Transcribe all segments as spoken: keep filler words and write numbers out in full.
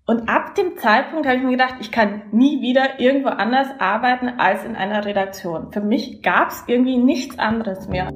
Und ab dem Zeitpunkt habe ich mir gedacht, ich kann nie wieder irgendwo anders arbeiten als in einer Redaktion. Für mich gab es irgendwie nichts anderes mehr.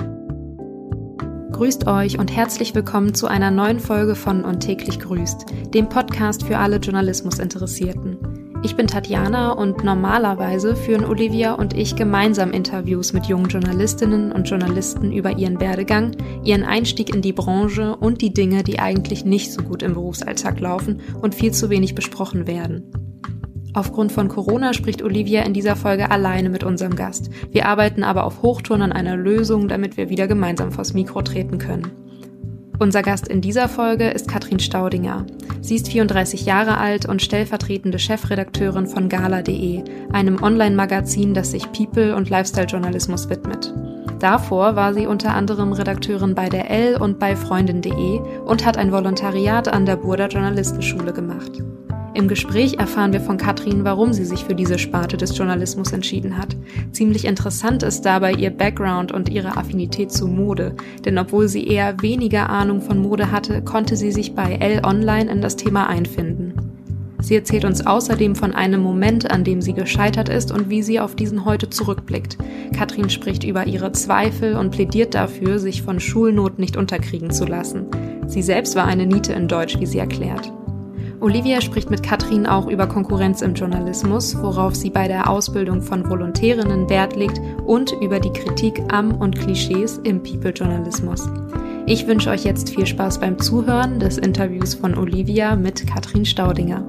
Grüßt euch und herzlich willkommen zu einer neuen Folge von Und täglich grüßt, dem Podcast für alle Journalismusinteressierten. Ich bin Tatjana und normalerweise führen Olivia und ich gemeinsam Interviews mit jungen Journalistinnen und Journalisten über ihren Werdegang, ihren Einstieg in die Branche und die Dinge, die eigentlich nicht so gut im Berufsalltag laufen und viel zu wenig besprochen werden. Aufgrund von Corona spricht Olivia in dieser Folge alleine mit unserem Gast. Wir arbeiten aber auf Hochtouren an einer Lösung, damit wir wieder gemeinsam vors Mikro treten können. Unser Gast in dieser Folge ist Katrin Staudinger. Sie ist vierunddreißig Jahre alt und stellvertretende Chefredakteurin von Gala punkt de, einem Online-Magazin, das sich People- und Lifestyle-Journalismus widmet. Davor war sie unter anderem Redakteurin bei der Elle und bei Freundin punkt de und hat ein Volontariat an der Burda Journalistenschule gemacht. Im Gespräch erfahren wir von Katrin, warum sie sich für diese Sparte des Journalismus entschieden hat. Ziemlich interessant ist dabei ihr Background und ihre Affinität zu Mode, denn obwohl sie eher weniger Ahnung von Mode hatte, konnte sie sich bei Elle Online in das Thema einfinden. Sie erzählt uns außerdem von einem Moment, an dem sie gescheitert ist und wie sie auf diesen heute zurückblickt. Katrin spricht über ihre Zweifel und plädiert dafür, sich von Schulnoten nicht unterkriegen zu lassen. Sie selbst war eine Niete in Deutsch, wie sie erklärt. Olivia spricht mit Katrin auch über Konkurrenz im Journalismus, worauf sie bei der Ausbildung von Volontärinnen Wert legt und über die Kritik am und Klischees im People-Journalismus. Ich wünsche euch jetzt viel Spaß beim Zuhören des Interviews von Olivia mit Katrin Staudinger.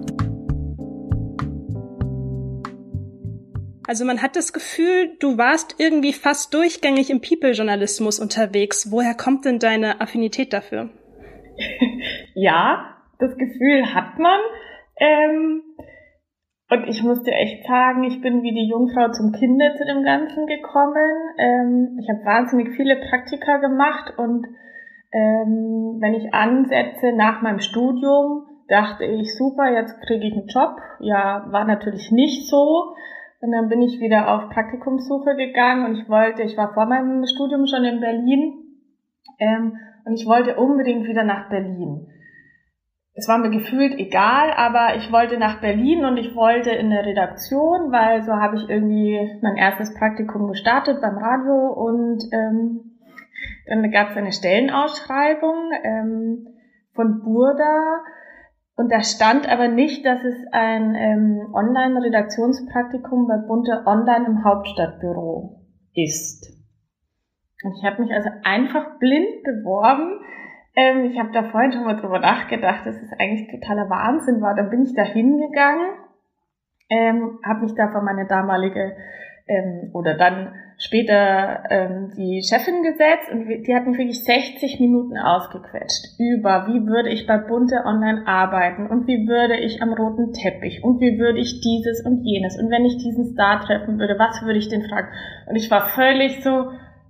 Also man hat das Gefühl, du warst irgendwie fast durchgängig im People-Journalismus unterwegs. Woher kommt denn deine Affinität dafür? Ja, das Gefühl hat man. Ähm, und ich musste echt sagen, ich bin wie die Jungfrau zum Kinde zu dem Ganzen gekommen. Ähm, ich habe wahnsinnig viele Praktika gemacht und ähm, wenn ich ansetze nach meinem Studium, dachte ich, super, jetzt kriege ich einen Job. Ja, war natürlich nicht so. Und dann bin ich wieder auf Praktikumssuche gegangen und ich wollte, ich war vor meinem Studium schon in Berlin ähm, und ich wollte unbedingt wieder nach Berlin. Es war mir gefühlt egal, aber ich wollte nach Berlin und ich wollte in eine Redaktion, weil so habe ich irgendwie mein erstes Praktikum gestartet beim Radio und ähm, dann gab es eine Stellenausschreibung ähm, von Burda und da stand aber nicht, dass es ein ähm, Online-Redaktionspraktikum bei Bunte Online im Hauptstadtbüro ist. Und ich habe mich also einfach blind beworben. Ähm, ich habe da vorhin schon mal drüber nachgedacht, dass es eigentlich totaler Wahnsinn war. Dann bin ich da hingegangen, ähm, habe mich da vor meine damalige ähm, oder dann später ähm, die Chefin gesetzt und die hat mich wirklich sechzig Minuten ausgequetscht über, wie würde ich bei Bunte Online arbeiten und wie würde ich am roten Teppich und wie würde ich dieses und jenes und wenn ich diesen Star treffen würde, was würde ich den fragen? Und ich war völlig so...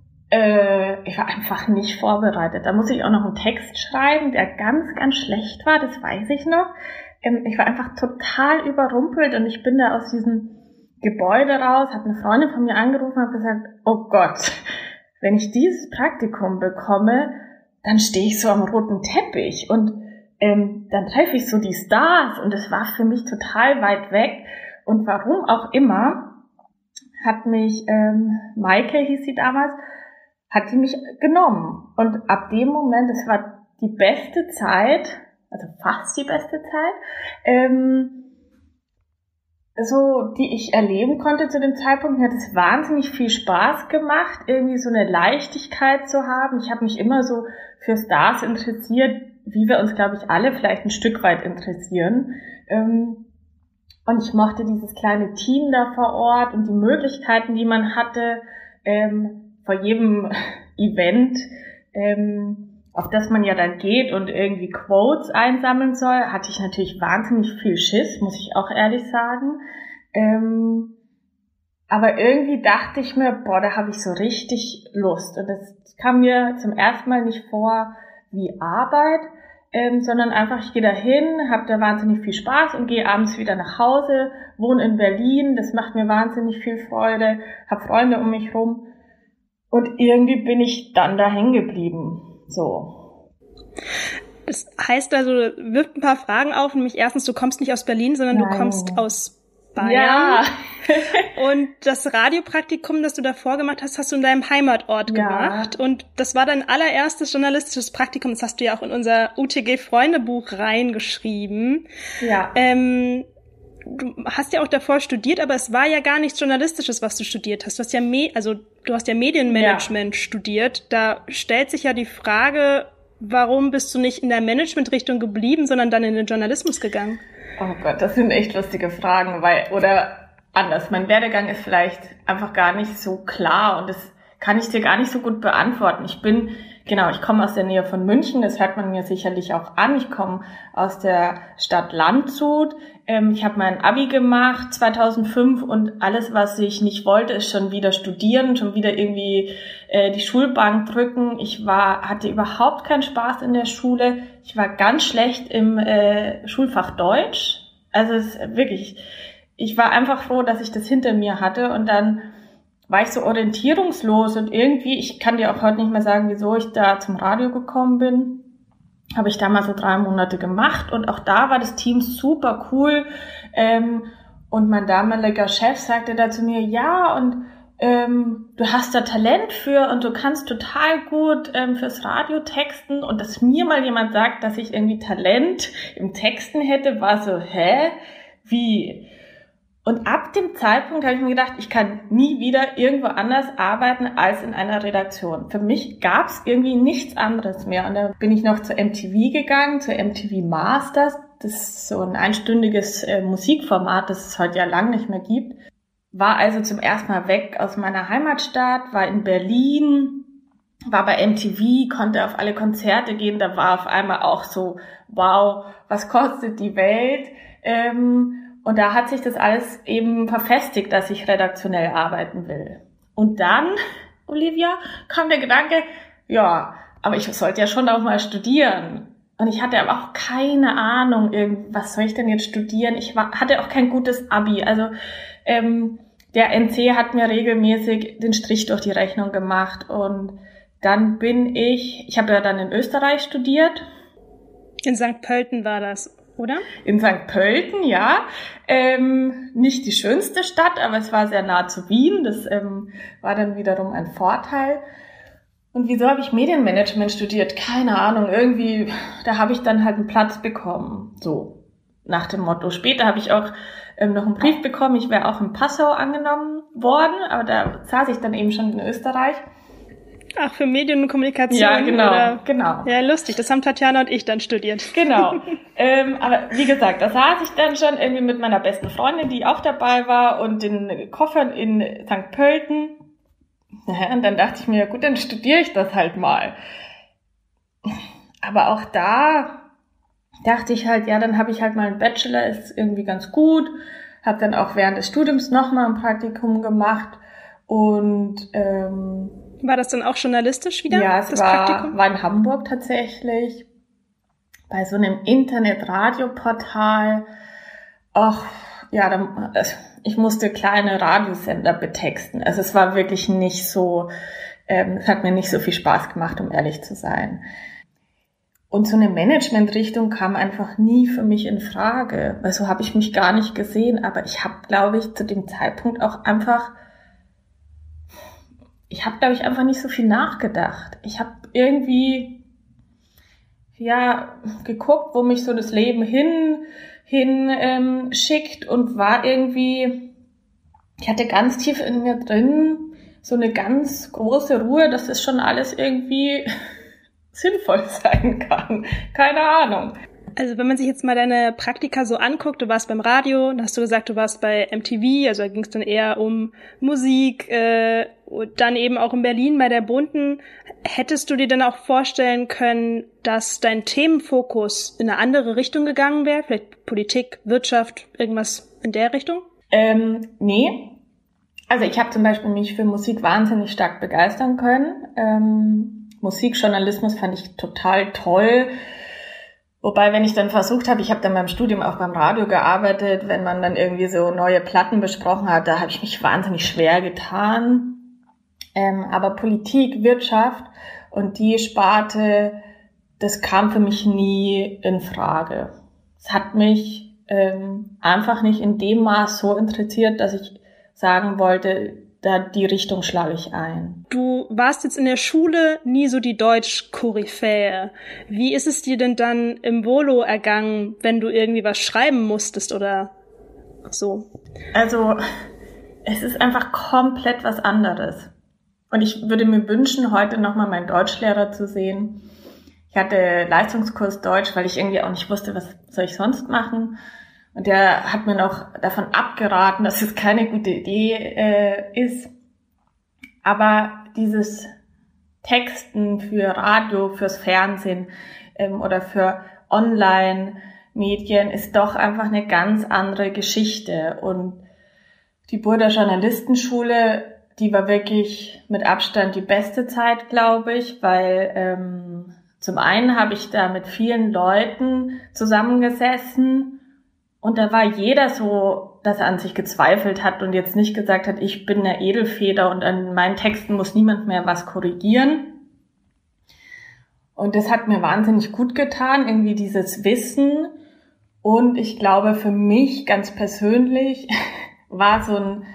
Ich war einfach nicht vorbereitet. Da muss ich auch noch einen Text schreiben, der ganz, ganz schlecht war, das weiß ich noch. Ich war einfach total überrumpelt und ich bin da aus diesem Gebäude raus, habe eine Freundin von mir angerufen und habe gesagt, oh Gott, wenn ich dieses Praktikum bekomme, dann stehe ich so am roten Teppich und ähm, dann treffe ich so die Stars und das war für mich total weit weg. Und warum auch immer, hat mich, ähm, Maike hieß sie damals, hat die mich genommen. Und ab dem Moment, das war die beste Zeit, also fast die beste Zeit, ähm, so, die ich erleben konnte zu dem Zeitpunkt. Mir hat es wahnsinnig viel Spaß gemacht, irgendwie so eine Leichtigkeit zu haben. Ich habe mich immer so für Stars interessiert, wie wir uns, glaube ich, alle vielleicht ein Stück weit interessieren. Ähm, und ich mochte dieses kleine Team da vor Ort und die Möglichkeiten, die man hatte, ähm, vor jedem Event, ähm, auf das man ja dann geht und irgendwie Quotes einsammeln soll, hatte ich natürlich wahnsinnig viel Schiss, muss ich auch ehrlich sagen. Ähm, aber irgendwie dachte ich mir, boah, da habe ich so richtig Lust. Und das kam mir zum ersten Mal nicht vor wie Arbeit, ähm, sondern einfach, ich gehe da hin, habe da wahnsinnig viel Spaß und gehe abends wieder nach Hause, wohne in Berlin, das macht mir wahnsinnig viel Freude, habe Freunde um mich rum. Und irgendwie bin ich dann da hängen geblieben. So. Das heißt also, wirft ein paar Fragen auf, nämlich erstens, du kommst nicht aus Berlin, sondern Nein. du kommst aus Bayern. Ja. Und das Radiopraktikum, das du davor gemacht hast, hast du in deinem Heimatort Ja. gemacht. Und das war dein allererstes journalistisches Praktikum. Das hast du ja auch in unser U T G-Freundebuch reingeschrieben. Ja. Ähm, du hast ja auch davor studiert, aber es war ja gar nichts Journalistisches, was du studiert hast. Du hast ja, Me- also du hast ja Medienmanagement Ja. studiert. Da stellt sich ja die Frage, warum bist du nicht in der Management-Richtung geblieben, sondern dann in den Journalismus gegangen? Oh Gott, das sind echt lustige Fragen, weil, oder anders, mein Werdegang ist vielleicht einfach gar nicht so klar und das kann ich dir gar nicht so gut beantworten. Ich bin, genau, ich komme aus der Nähe von München, das hört man mir sicherlich auch an. Ich komme aus der Stadt Landshut. Ähm, ich habe mein Abi gemacht zweitausendfünf und alles, was ich nicht wollte, ist schon wieder studieren, schon wieder irgendwie äh, die Schulbank drücken. Ich war, hatte überhaupt keinen Spaß in der Schule. Ich war ganz schlecht im äh, Schulfach Deutsch. Also es ist wirklich, ich war einfach froh, dass ich das hinter mir hatte und dann war ich so orientierungslos und irgendwie, ich kann dir auch heute nicht mehr sagen, wieso ich da zum Radio gekommen bin, habe ich da mal so drei Monate gemacht und auch da war das Team super cool ähm, und mein damaliger Chef sagte da zu mir, ja und ähm, du hast da Talent für und du kannst total gut ähm, fürs Radio texten und dass mir mal jemand sagt, dass ich irgendwie Talent im Texten hätte, war so, hä? Wie? Und ab dem Zeitpunkt habe ich mir gedacht, ich kann nie wieder irgendwo anders arbeiten als in einer Redaktion. Für mich gab es irgendwie nichts anderes mehr. Und dann bin ich noch zur M T V gegangen, zur M T V Masters. Das ist so ein einstündiges äh, Musikformat, das es heute ja lang nicht mehr gibt. War also zum ersten Mal weg aus meiner Heimatstadt, war in Berlin, war bei M T V, konnte auf alle Konzerte gehen. Da war auf einmal auch so, wow, was kostet die Welt? Ähm, Und da hat sich das alles eben verfestigt, dass ich redaktionell arbeiten will. Und dann, Olivia, kam der Gedanke, ja, aber ich sollte ja schon auch mal studieren. Und ich hatte aber auch keine Ahnung, was soll ich denn jetzt studieren? Ich war, hatte auch kein gutes Abi. Also ähm, der N C hat mir regelmäßig den Strich durch die Rechnung gemacht. Und dann bin ich, ich habe ja dann in Österreich studiert. In Sankt Pölten war das, oder? In Sankt Pölten, ja. Ähm, nicht die schönste Stadt, aber es war sehr nah zu Wien. Das ähm, war dann wiederum ein Vorteil. Und wieso habe ich Medienmanagement studiert? Keine Ahnung. Irgendwie, da habe ich dann halt einen Platz bekommen. So, nach dem Motto. Später habe ich auch ähm, noch einen Brief bekommen. Ich wäre auch in Passau angenommen worden, aber da saß ich dann eben schon in Österreich. Ach, für Medien und Kommunikation? Ja, genau, oder? genau. Ja, lustig. Das haben Tatjana und ich dann studiert. Genau. ähm, aber wie gesagt, da saß ich dann schon irgendwie mit meiner besten Freundin, die auch dabei war, und den Koffern in Sankt Pölten. Naja, und dann dachte ich mir, gut, dann studiere ich das halt mal. Aber auch da dachte ich halt, ja, dann habe ich halt mal einen Bachelor, ist irgendwie ganz gut. Habe dann auch während des Studiums nochmal ein Praktikum gemacht und ähm, war das dann auch journalistisch wieder? Ja, es das war, Praktikum? war in Hamburg tatsächlich, bei so einem Internet-Radio-Portal. Ach, ja, da, ich musste kleine Radiosender betexten. Also es war wirklich nicht so, ähm, es hat mir nicht so viel Spaß gemacht, um ehrlich zu sein. Und so eine Management-Richtung kam einfach nie für mich in Frage, weil so habe ich mich gar nicht gesehen. Aber ich habe, glaube ich, zu dem Zeitpunkt auch einfach Ich habe, glaube ich, einfach nicht so viel nachgedacht. Ich habe irgendwie, ja, geguckt, wo mich so das Leben hin, hin ähm, schickt und war irgendwie, ich hatte ganz tief in mir drin so eine ganz große Ruhe, dass das schon alles irgendwie sinnvoll sein kann. Keine Ahnung. Also wenn man sich jetzt mal deine Praktika so anguckt, du warst beim Radio, dann hast du gesagt, du warst bei M T V, also da ging es dann eher um Musik, äh, und dann eben auch in Berlin bei der Bunten. Hättest du dir dann auch vorstellen können, dass dein Themenfokus in eine andere Richtung gegangen wäre? Vielleicht Politik, Wirtschaft, irgendwas in der Richtung? Ähm, nee. Also ich habe zum Beispiel mich für Musik wahnsinnig stark begeistern können. Ähm, Musikjournalismus fand ich total toll. Wobei, wenn ich dann versucht habe, ich habe dann beim Studium auch beim Radio gearbeitet, wenn man dann irgendwie so neue Platten besprochen hat, da habe ich mich wahnsinnig schwer getan. Ähm, aber Politik, Wirtschaft und die Sparte, das kam für mich nie in Frage. Es hat mich ähm, einfach nicht in dem Maß so interessiert, dass ich sagen wollte, da die Richtung schlage ich ein. Du warst jetzt in der Schule nie so die Deutsch-Koryphäe. Wie ist es dir denn dann im Volo ergangen, wenn du irgendwie was schreiben musstest oder so? Also, es ist einfach komplett was anderes. Und ich würde mir wünschen, heute nochmal meinen Deutschlehrer zu sehen. Ich hatte Leistungskurs Deutsch, weil ich irgendwie auch nicht wusste, was soll ich sonst machen. Und der hat mir noch davon abgeraten, dass es keine gute Idee äh, ist. Aber dieses Texten für Radio, fürs Fernsehen ähm, oder für Online-Medien ist doch einfach eine ganz andere Geschichte. Und die Burda Journalistenschule, die war wirklich mit Abstand die beste Zeit, glaube ich, weil ähm, zum einen habe ich da mit vielen Leuten zusammengesessen und da war jeder so, dass er an sich gezweifelt hat und jetzt nicht gesagt hat, ich bin eine Edelfeder und an meinen Texten muss niemand mehr was korrigieren. Und das hat mir wahnsinnig gut getan, irgendwie dieses Wissen. Und ich glaube, für mich ganz persönlich war so ein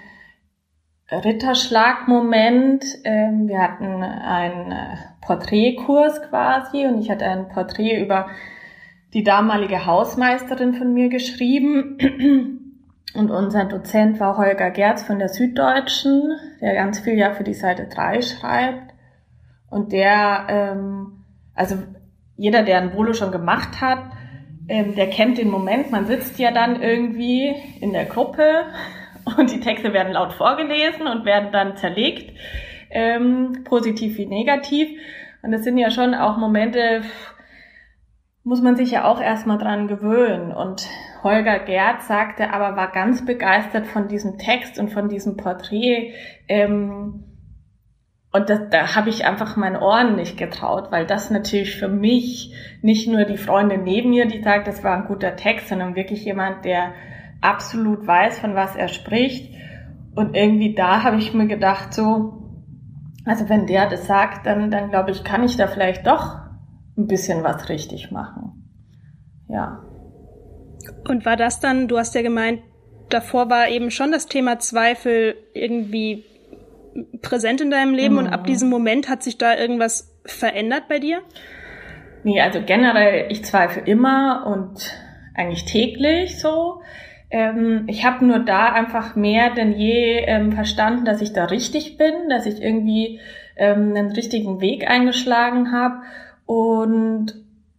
Ritterschlag-Moment. Wir hatten einen Porträtkurs quasi und ich hatte ein Porträt über die damalige Hausmeisterin von mir geschrieben. Und unser Dozent war Holger Gerz von der Süddeutschen, der ganz viel ja für die Seite drei schreibt. Und der, ähm, also jeder, der ein Volo schon gemacht hat, ähm, der kennt den Moment, man sitzt ja dann irgendwie in der Gruppe und die Texte werden laut vorgelesen und werden dann zerlegt, ähm, positiv wie negativ. Und das sind ja schon auch Momente, muss man sich ja auch erstmal dran gewöhnen. Und Holger Gerz sagte aber, war ganz begeistert von diesem Text und von diesem Porträt. Ähm, und das, da habe ich einfach meinen Ohren nicht getraut, weil das natürlich für mich nicht nur die Freundin neben mir, die sagt, das war ein guter Text, sondern wirklich jemand, der absolut weiß, von was er spricht. Und irgendwie da habe ich mir gedacht, so, also wenn der das sagt, dann, dann glaube ich, kann ich da vielleicht doch ein bisschen was richtig machen. Ja. Und war das dann, du hast ja gemeint, davor war eben schon das Thema Zweifel irgendwie präsent in deinem Leben mhm. und ab diesem Moment hat sich da irgendwas verändert bei dir? Nee, also generell, ich zweifle immer und eigentlich täglich so. Ähm, ich habe nur da einfach mehr denn je ähm, verstanden, dass ich da richtig bin, dass ich irgendwie ähm, einen richtigen Weg eingeschlagen habe. Und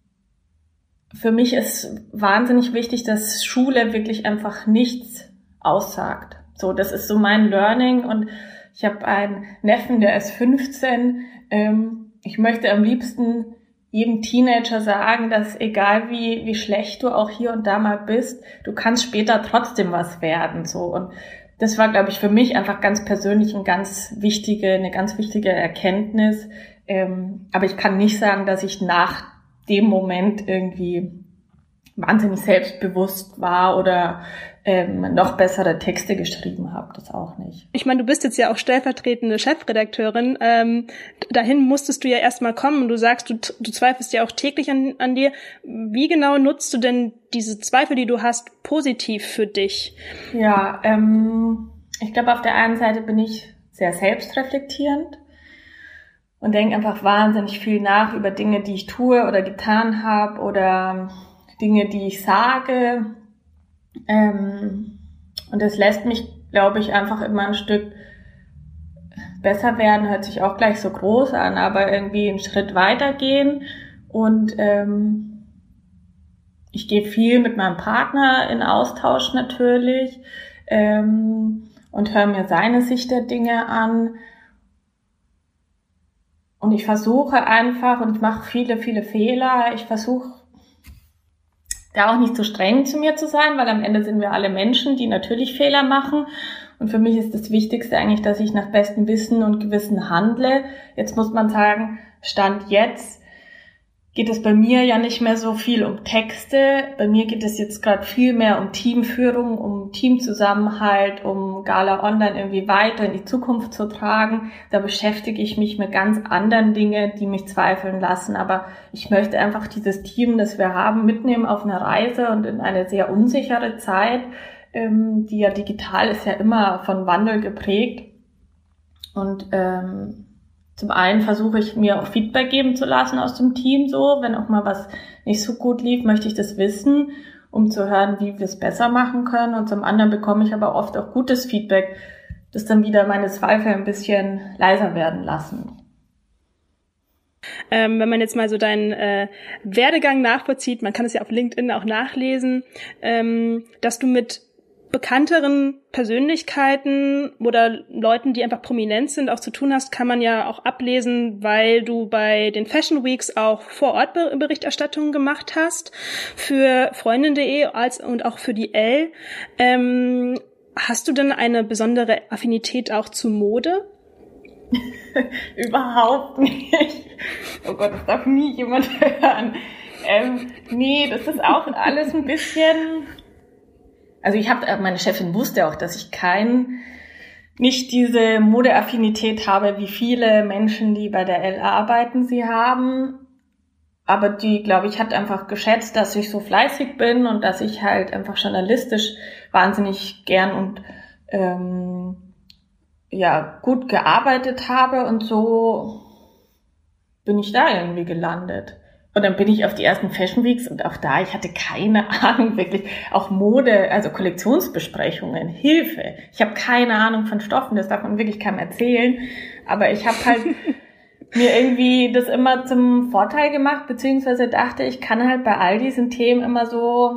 für mich ist wahnsinnig wichtig, dass Schule wirklich einfach nichts aussagt. So, das ist so mein Learning. Und ich habe einen Neffen, der ist fünfzehn. Ähm, ich möchte am liebsten jedem Teenager sagen, dass egal wie wie schlecht du auch hier und da mal bist, du kannst später trotzdem was werden. So, und das war, glaube ich, für mich einfach ganz persönlich ein ganz wichtige, eine ganz wichtige Erkenntnis. Ähm, aber ich kann nicht sagen, dass ich nach dem Moment irgendwie wahnsinnig selbstbewusst war oder ähm, noch bessere Texte geschrieben habe. Das auch nicht. Ich meine, du bist jetzt ja auch stellvertretende Chefredakteurin. Ähm, dahin musstest du ja erstmal kommen. Du sagst, du, du zweifelst ja auch täglich an, an dir. Wie genau nutzt du denn diese Zweifel, die du hast, positiv für dich? Ja, ähm, ich glaube, auf der einen Seite bin ich sehr selbstreflektierend und denke einfach wahnsinnig viel nach über Dinge, die ich tue oder getan habe oder Dinge, die ich sage. Ähm, und das lässt mich, glaube ich, einfach immer ein Stück besser werden. Hört sich auch gleich so groß an, aber irgendwie einen Schritt weitergehen. Und ähm, ich gehe viel mit meinem Partner in Austausch natürlich ähm, und höre mir seine Sicht der Dinge an. Und ich versuche einfach, und ich mache viele, viele Fehler, ich versuche da auch nicht so streng zu mir zu sein, weil am Ende sind wir alle Menschen, die natürlich Fehler machen. Und für mich ist das Wichtigste eigentlich, dass ich nach bestem Wissen und Gewissen handle. Jetzt muss man sagen, Stand jetzt geht es bei mir ja nicht mehr so viel um Texte. Bei mir geht es jetzt gerade viel mehr um Teamführung, um Teamzusammenhalt, um Gala Online irgendwie weiter in die Zukunft zu tragen. Da beschäftige ich mich mit ganz anderen Dingen, die mich zweifeln lassen. Aber ich möchte einfach dieses Team, das wir haben, mitnehmen auf eine Reise und in eine sehr unsichere Zeit, ähm, die ja digital ist, ja immer von Wandel geprägt. Und ähm, zum einen versuche ich, mir auch Feedback geben zu lassen aus dem Team, so, wenn auch mal was nicht so gut lief, möchte ich das wissen, um zu hören, wie wir es besser machen können. Und zum anderen bekomme ich aber oft auch gutes Feedback, das dann wieder meine Zweifel ein bisschen leiser werden lassen. Ähm, wenn man jetzt mal so deinen äh, Werdegang nachvollzieht, man kann es ja auf LinkedIn auch nachlesen, ähm, dass du mit bekannteren Persönlichkeiten oder Leuten, die einfach prominent sind, auch zu tun hast, kann man ja auch ablesen, weil du bei den Fashion Weeks auch Vor-Ort-Berichterstattungen gemacht hast für Freundin punkt de als und auch für die Elle. Ähm, hast du denn eine besondere Affinität auch zu Mode? Überhaupt nicht. Oh Gott, das darf nie jemand hören. Ähm, nee, das ist auch alles ein bisschen... Also ich habe, meine Chefin wusste auch, dass ich kein, nicht diese Modeaffinität habe, wie viele Menschen, die bei der Elle arbeiten, sie haben. Aber die, glaube ich, hat einfach geschätzt, dass ich so fleißig bin und dass ich halt einfach journalistisch wahnsinnig gern und ähm, ja gut gearbeitet habe. Und so bin ich da irgendwie gelandet. Und dann bin ich auf die ersten Fashion Weeks und auch da, ich hatte keine Ahnung wirklich, auch Mode, also Kollektionsbesprechungen, Hilfe. Ich habe keine Ahnung von Stoffen, das darf man wirklich keinem erzählen. Aber ich habe halt mir irgendwie das immer zum Vorteil gemacht, beziehungsweise dachte, ich kann halt bei all diesen Themen immer so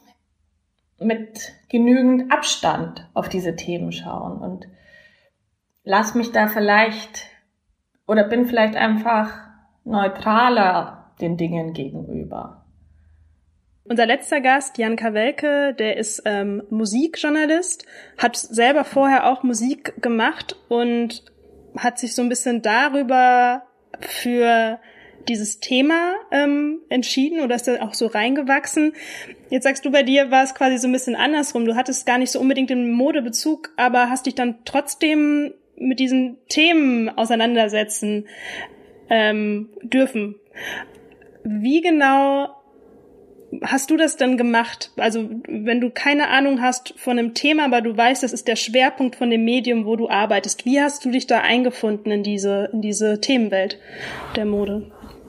mit genügend Abstand auf diese Themen schauen und lass mich da vielleicht oder bin vielleicht einfach neutraler den Dingen gegenüber. Unser letzter Gast, Jan Kawelke, der ist ähm, Musikjournalist, hat selber vorher auch Musik gemacht und hat sich so ein bisschen darüber für dieses Thema ähm, entschieden oder ist da auch so reingewachsen. Jetzt sagst du, bei dir war es quasi so ein bisschen andersrum. Du hattest gar nicht so unbedingt den Modebezug, aber hast dich dann trotzdem mit diesen Themen auseinandersetzen ähm, dürfen. Wie genau hast du das denn gemacht? Also wenn du keine Ahnung hast von einem Thema, aber du weißt, das ist der Schwerpunkt von dem Medium, wo du arbeitest. Wie hast du dich da eingefunden in diese, in diese Themenwelt der Mode?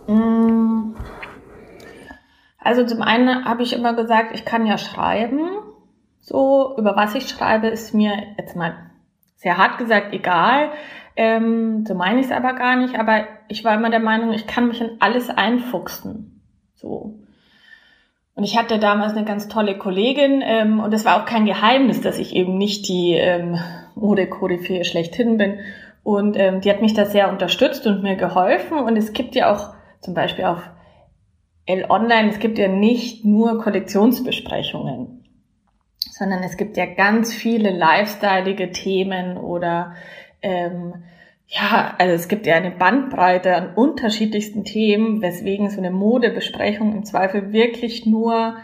Also zum einen habe ich immer gesagt, ich kann ja schreiben. So, über was ich schreibe, ist mir jetzt mal sehr hart gesagt egal. Ähm, so meine ich es aber gar nicht, aber ich war immer der Meinung, ich kann mich in alles einfuchsen. So. Und ich hatte damals eine ganz tolle Kollegin ähm, und es war auch kein Geheimnis, dass ich eben nicht die ähm, Mode-Koryphäe schlechthin bin. Und ähm, die hat mich da sehr unterstützt und mir geholfen. Und es gibt ja auch zum Beispiel auf Elle Online, es gibt ja nicht nur Kollektionsbesprechungen, sondern es gibt ja ganz viele lifestyleige Themen oder ähm, ja, also es gibt ja eine Bandbreite an unterschiedlichsten Themen, weswegen so eine Modebesprechung im Zweifel wirklich nur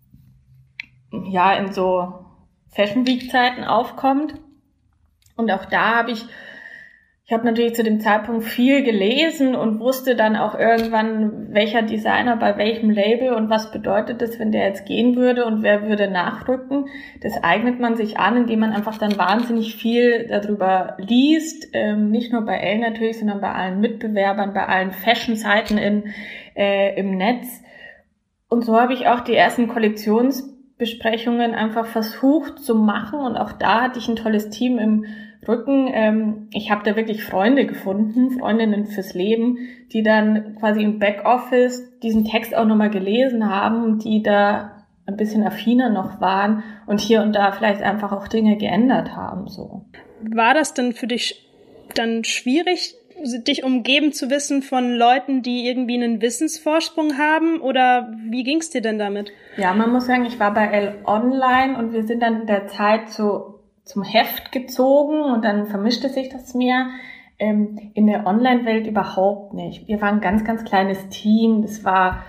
ja in so Fashion Week Zeiten aufkommt. Und auch da habe ich Ich habe natürlich zu dem Zeitpunkt viel gelesen und wusste dann auch irgendwann, welcher Designer bei welchem Label und was bedeutet das, wenn der jetzt gehen würde und wer würde nachrücken. Das eignet man sich an, indem man einfach dann wahnsinnig viel darüber liest, ähm, nicht nur bei Elle natürlich, sondern bei allen Mitbewerbern, bei allen Fashion-Seiten in, äh, im Netz. Und so habe ich auch die ersten Kollektionsbesprechungen einfach versucht zu machen und auch da hatte ich ein tolles Team im Rücken. Ich habe da wirklich Freunde gefunden, Freundinnen fürs Leben, die dann quasi im Backoffice diesen Text auch nochmal gelesen haben, die da ein bisschen affiner noch waren und hier und da vielleicht einfach auch Dinge geändert haben. So. War das denn für dich dann schwierig, dich umgeben zu wissen von Leuten, die irgendwie einen Wissensvorsprung haben? Oder wie ging es dir denn damit? Ja, man muss sagen, ich war bei Elle Online und wir sind dann in der Zeit so zum Heft gezogen und dann vermischte sich das mehr. ähm, in der Online-Welt überhaupt nicht. Wir waren ein ganz, ganz kleines Team. Das war,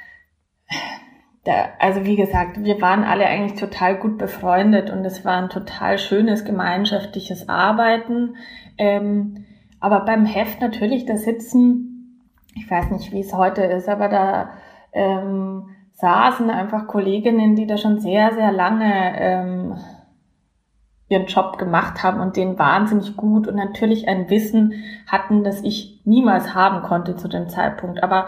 da, also wie gesagt, wir waren alle eigentlich total gut befreundet und es war ein total schönes gemeinschaftliches Arbeiten. Ähm, aber beim Heft natürlich, da sitzen, ich weiß nicht, wie es heute ist, aber da ähm, saßen einfach Kolleginnen, die da schon sehr, sehr lange ähm, ihren Job gemacht haben und den wahnsinnig gut und natürlich ein Wissen hatten, das ich niemals haben konnte zu dem Zeitpunkt. Aber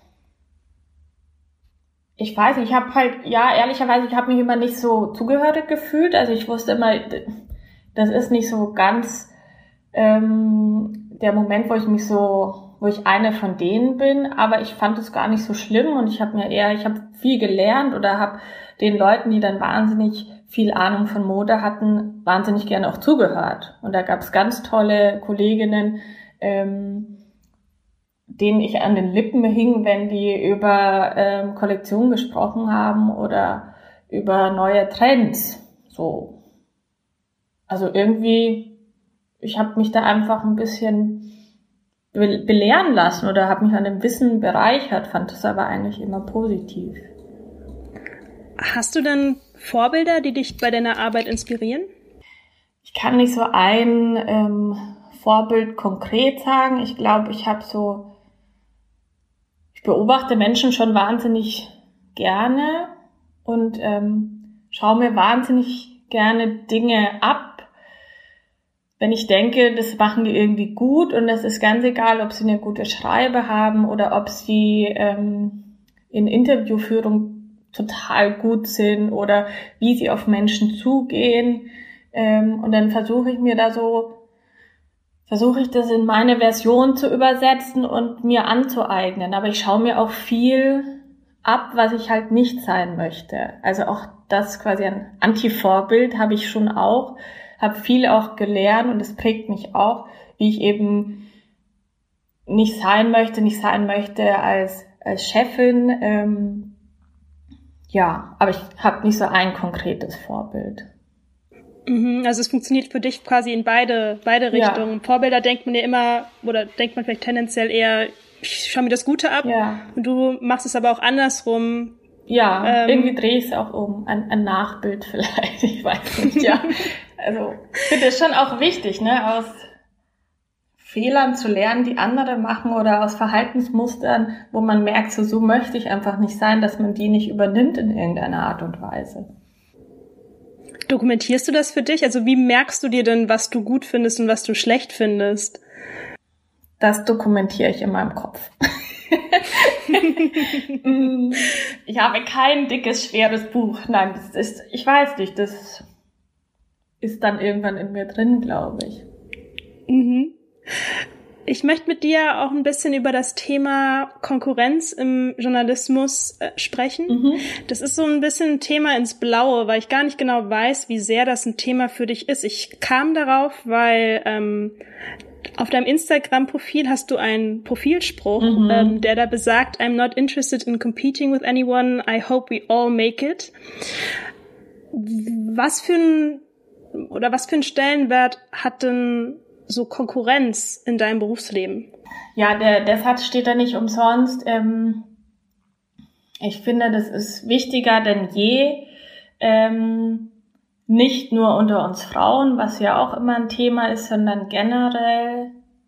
ich weiß nicht, ich habe halt, ja, ehrlicherweise, ich habe mich immer nicht so zugehörig gefühlt. Also ich wusste immer, das ist nicht so ganz ähm, der Moment, wo ich mich so, wo ich eine von denen bin. Aber ich fand es gar nicht so schlimm und ich habe mir eher, ich habe viel gelernt oder habe den Leuten, die dann wahnsinnig viel Ahnung von Mode hatten, wahnsinnig gerne auch zugehört. Und da gab es ganz tolle Kolleginnen, ähm, denen ich an den Lippen hing, wenn die über ähm, Kollektionen gesprochen haben oder über neue Trends. So, also irgendwie, ich habe mich da einfach ein bisschen be- belehren lassen oder habe mich an dem Wissen bereichert, fand das aber eigentlich immer positiv. Hast du denn Vorbilder, die dich bei deiner Arbeit inspirieren? Ich kann nicht so ein ähm, Vorbild konkret sagen. Ich glaube, ich habe so, ich beobachte Menschen schon wahnsinnig gerne und ähm, schaue mir wahnsinnig gerne Dinge ab, wenn ich denke, das machen die irgendwie gut und das ist ganz egal, ob sie eine gute Schreibe haben oder ob sie ähm, in Interviewführung total gut sind oder wie sie auf Menschen zugehen. Ähm, und dann versuche ich mir da so, versuche ich das in meine Version zu übersetzen und mir anzueignen. Aber ich schaue mir auch viel ab, was ich halt nicht sein möchte. Also auch das quasi ein Anti-Vorbild habe ich schon auch, habe viel auch gelernt und es prägt mich auch, wie ich eben nicht sein möchte, nicht sein möchte als, als Chefin, ähm, ja, aber ich habe nicht so ein konkretes Vorbild. Also es funktioniert für dich quasi in beide beide Richtungen. Ja. Vorbilder denkt man ja immer, oder denkt man vielleicht tendenziell eher, ich schaue mir das Gute ab. Ja. Und du machst es aber auch andersrum. Ja, ähm, irgendwie drehe ich es auch um. Ein, ein Nachbild vielleicht, ich weiß nicht, ja. Also ich finde es schon auch wichtig, ne, aus Fehlern zu lernen, die andere machen oder aus Verhaltensmustern, wo man merkt, so, so möchte ich einfach nicht sein, dass man die nicht übernimmt in irgendeiner Art und Weise. Dokumentierst du das für dich? Also wie merkst du dir denn, was du gut findest und was du schlecht findest? Das dokumentiere ich in meinem Kopf. Ich habe kein dickes, schweres Buch. Nein, das ist, ich weiß nicht, das ist dann irgendwann in mir drin, glaube ich. Mhm. Ich möchte mit dir auch ein bisschen über das Thema Konkurrenz im Journalismus äh, sprechen. Mhm. Das ist so ein bisschen ein Thema ins Blaue, weil ich gar nicht genau weiß, wie sehr das ein Thema für dich ist. Ich kam darauf, weil ähm, auf deinem Instagram-Profil hast du einen Profilspruch, mhm. ähm, der da besagt, I'm not interested in competing with anyone, I hope we all make it. Was für ein, oder was für einen Stellenwert hat denn so Konkurrenz in deinem Berufsleben? Ja, der, der Satz steht da nicht umsonst. Ähm, ich finde, das ist wichtiger denn je, ähm, nicht nur unter uns Frauen, was ja auch immer ein Thema ist, sondern generell.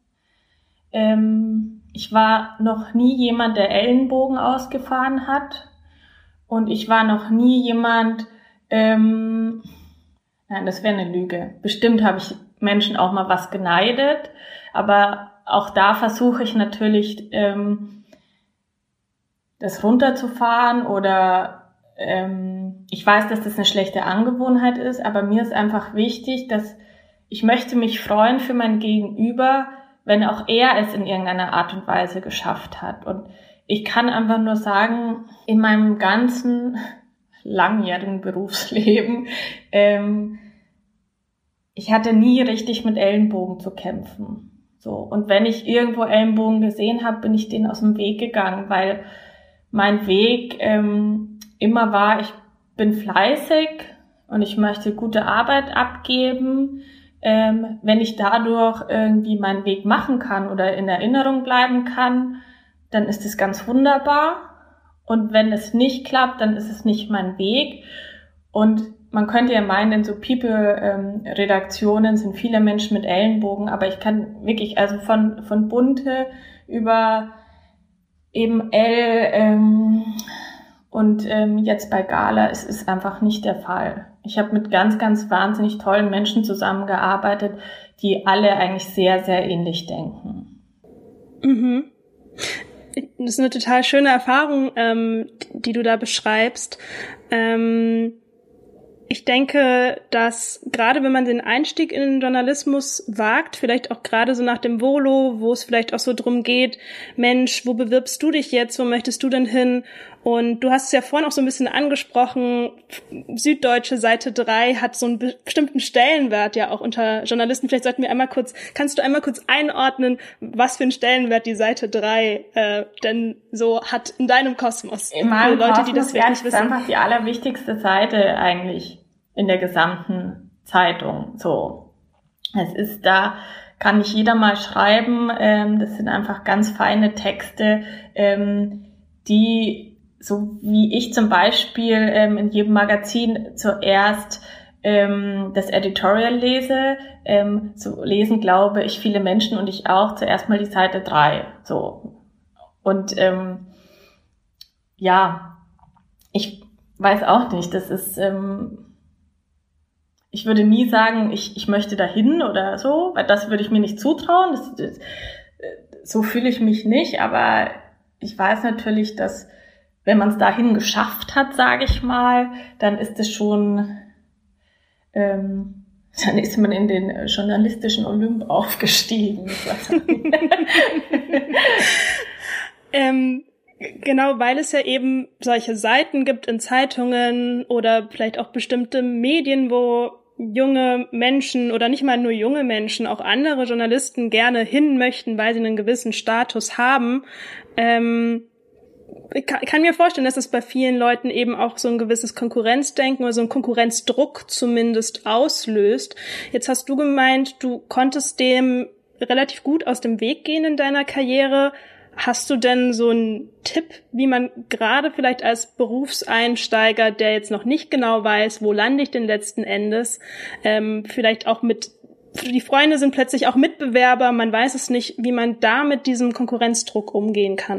Ähm, ich war noch nie jemand, der Ellenbogen ausgefahren hat und ich war noch nie jemand, ähm, nein, das wäre eine Lüge. Bestimmt habe ich Menschen auch mal was geneidet, aber auch da versuche ich natürlich, ähm, das runterzufahren oder ähm, ich weiß, dass das eine schlechte Angewohnheit ist, aber mir ist einfach wichtig, dass ich möchte mich freuen für mein Gegenüber, wenn auch er es in irgendeiner Art und Weise geschafft hat. Und ich kann einfach nur sagen, in meinem ganzen langjährigen Berufsleben, ähm, ich hatte nie richtig mit Ellenbogen zu kämpfen. So. Und wenn ich irgendwo Ellenbogen gesehen habe, bin ich denen aus dem Weg gegangen, weil mein Weg ähm, immer war, ich bin fleißig und ich möchte gute Arbeit abgeben. Ähm, wenn ich dadurch irgendwie meinen Weg machen kann oder in Erinnerung bleiben kann, dann ist es ganz wunderbar. Und wenn es nicht klappt, dann ist es nicht mein Weg. Und man könnte ja meinen, in so People-Redaktionen sind viele Menschen mit Ellenbogen, aber ich kann wirklich, also von, von Bunte über eben L ähm, und ähm, jetzt bei Gala, es ist einfach nicht der Fall. Ich habe mit ganz, ganz wahnsinnig tollen Menschen zusammengearbeitet, die alle eigentlich sehr, sehr ähnlich denken. Mhm. Das ist eine total schöne Erfahrung, ähm, die du da beschreibst. Ähm, ich denke, dass gerade wenn man den Einstieg in den Journalismus wagt, vielleicht auch gerade so nach dem Volo, wo es vielleicht auch so drum geht, Mensch, wo bewirbst du dich jetzt, wo möchtest du denn hin? Und du hast es ja vorhin auch so ein bisschen angesprochen, Süddeutsche Seite drei hat so einen bestimmten Stellenwert ja auch unter Journalisten. Vielleicht sollten wir einmal kurz, kannst du einmal kurz einordnen, was für einen Stellenwert die Seite drei äh, denn so hat in deinem Kosmos? In meinem Leute, Kosmos die das wirklich ist wissen. einfach die allerwichtigste Seite eigentlich in der gesamten Zeitung. So, es ist da, kann nicht jeder mal schreiben. Ähm, das sind einfach ganz feine Texte, ähm, die so wie ich zum Beispiel ähm, in jedem Magazin zuerst ähm, das Editorial lese, ähm, so lesen, glaube ich, viele Menschen und ich auch zuerst mal die Seite drei. So. Und ähm, ja, ich weiß auch nicht, das ist, ähm, ich würde nie sagen, ich, ich möchte dahin oder so, weil das würde ich mir nicht zutrauen. Das, das, so fühle ich mich nicht, aber ich weiß natürlich, dass wenn man es dahin geschafft hat, sage ich mal, dann ist es schon, ähm, dann ist man in den journalistischen Olymp aufgestiegen. ähm, genau, weil es ja eben solche Seiten gibt in Zeitungen oder vielleicht auch bestimmte Medien, wo junge Menschen oder nicht mal nur junge Menschen, auch andere Journalisten gerne hin möchten, weil sie einen gewissen Status haben. Ähm, Ich kann mir vorstellen, dass es bei vielen Leuten eben auch so ein gewisses Konkurrenzdenken oder so ein Konkurrenzdruck zumindest auslöst. Jetzt hast du gemeint, du konntest dem relativ gut aus dem Weg gehen in deiner Karriere. Hast du denn so einen Tipp, wie man gerade vielleicht als Berufseinsteiger, der jetzt noch nicht genau weiß, wo lande ich denn letzten Endes, ähm, vielleicht auch mit, die Freunde sind plötzlich auch Mitbewerber, man weiß es nicht, wie man da mit diesem Konkurrenzdruck umgehen kann?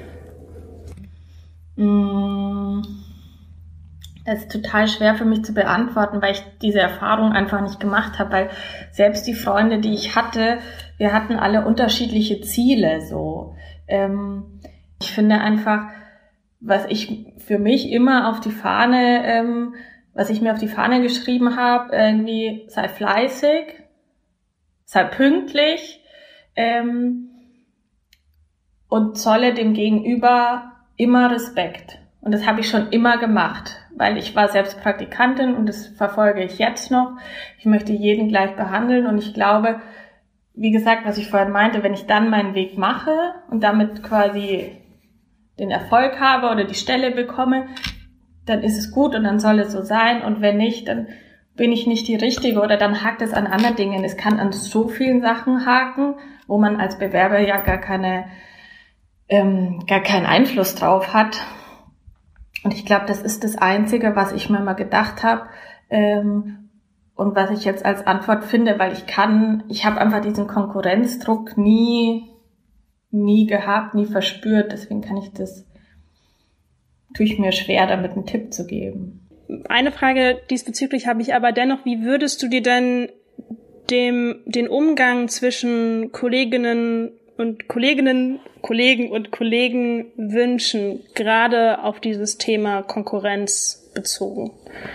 Das ist total schwer für mich zu beantworten, weil ich diese Erfahrung einfach nicht gemacht habe, weil selbst die Freunde, die ich hatte, wir hatten alle unterschiedliche Ziele, so. Ähm, ich finde einfach, was ich für mich immer auf die Fahne, ähm, was ich mir auf die Fahne geschrieben habe, irgendwie sei fleißig, sei pünktlich, ähm, und zolle dem Gegenüber immer Respekt. Und das habe ich schon immer gemacht, weil ich war selbst Praktikantin und das verfolge ich jetzt noch. Ich möchte jeden gleich behandeln und ich glaube, wie gesagt, was ich vorhin meinte, wenn ich dann meinen Weg mache und damit quasi den Erfolg habe oder die Stelle bekomme, dann ist es gut und dann soll es so sein. Und wenn nicht, dann bin ich nicht die Richtige oder dann hakt es an anderen Dingen. Es kann an so vielen Sachen haken, wo man als Bewerber ja gar keine Ähm, gar keinen Einfluss drauf hat. Und ich glaube, das ist das Einzige, was ich mir mal gedacht habe ähm, und was ich jetzt als Antwort finde, weil ich kann, ich habe einfach diesen Konkurrenzdruck nie, nie gehabt, nie verspürt. Deswegen kann ich das, tue ich mir schwer, damit einen Tipp zu geben. Eine Frage diesbezüglich habe ich aber dennoch, wie würdest du dir denn dem, den Umgang zwischen Kolleginnen und Kolleginnen, Kollegen und Kollegen wünschen, gerade auf dieses Thema Konkurrenz bezogen?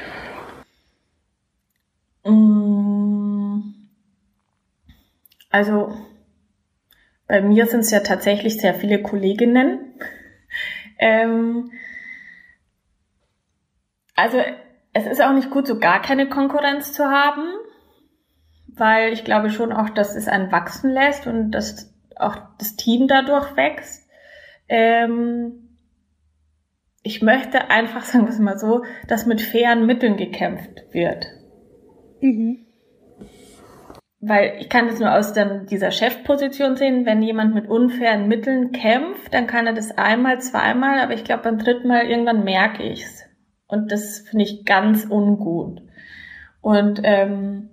Also bei mir sind es ja tatsächlich sehr viele Kolleginnen. Ähm, also es ist auch nicht gut, so gar keine Konkurrenz zu haben, weil ich glaube schon auch, dass es einen wachsen lässt und dass auch das Team dadurch wächst. Ähm, ich möchte einfach, sagen wir es mal so, dass mit fairen Mitteln gekämpft wird. Mhm. weil ich kann das nur aus dann dieser Chefposition sehen, wenn jemand mit unfairen Mitteln kämpft, dann kann er das einmal, zweimal, aber ich glaube beim dritten Mal irgendwann merke ich's. Und das finde ich ganz ungut. Und ähm,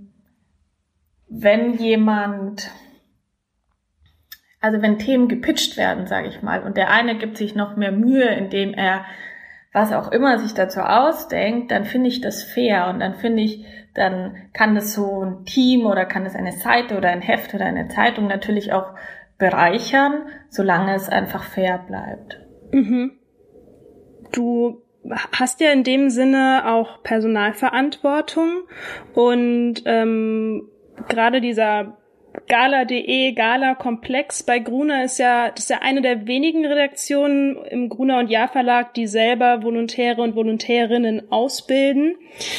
wenn jemand, also wenn Themen gepitcht werden, sage ich mal, und der eine gibt sich noch mehr Mühe, indem er was auch immer sich dazu ausdenkt, dann finde ich das fair und dann finde ich, dann kann das so ein Team oder kann das eine Seite oder ein Heft oder eine Zeitung natürlich auch bereichern, solange es einfach fair bleibt. Mhm. Du hast ja in dem Sinne auch Personalverantwortung und ähm, gerade dieser Gala.de, Gala-Komplex bei Gruner ist ja, das ist ja eine der wenigen Redaktionen im Gruner und Jahr Verlag, die selber Volontäre und Volontärinnen ausbilden.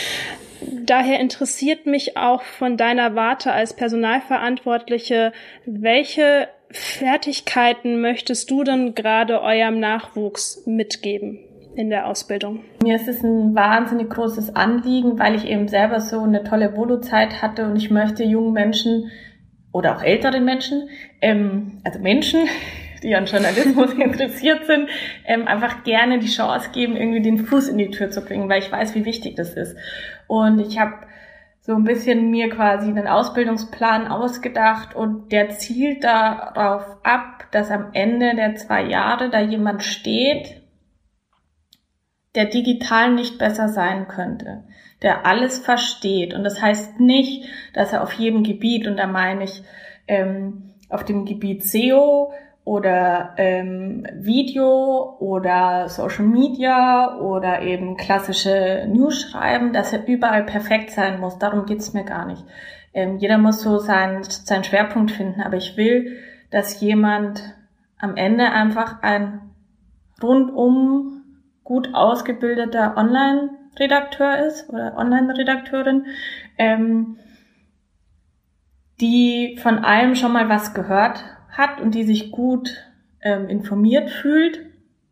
Daher interessiert mich auch von deiner Warte als Personalverantwortliche, welche Fertigkeiten möchtest du denn gerade eurem Nachwuchs mitgeben in der Ausbildung? Mir ist es ein wahnsinnig großes Anliegen, weil ich eben selber so eine tolle Volo-Zeit hatte und ich möchte jungen Menschen oder auch älteren Menschen, ähm, also Menschen, die an Journalismus interessiert sind, ähm, einfach gerne die Chance geben, irgendwie den Fuß in die Tür zu bringen, weil ich weiß, wie wichtig das ist. Und ich habe so ein bisschen mir quasi einen Ausbildungsplan ausgedacht und der zielt darauf ab, dass am Ende der zwei Jahre da jemand steht, der digital nicht besser sein könnte, der alles versteht. Und das heißt nicht, dass er auf jedem Gebiet, und da meine ich ähm, auf dem Gebiet S E O oder ähm, Video oder Social Media oder eben klassische News schreiben, dass er überall perfekt sein muss. Darum geht's mir gar nicht. Ähm, jeder muss so seinen, seinen Schwerpunkt finden, aber ich will, dass jemand am Ende einfach ein rundum gut ausgebildeter Online-Redakteur ist oder Online-Redakteurin, ähm, die von allem schon mal was gehört hat und die sich gut ähm, informiert fühlt.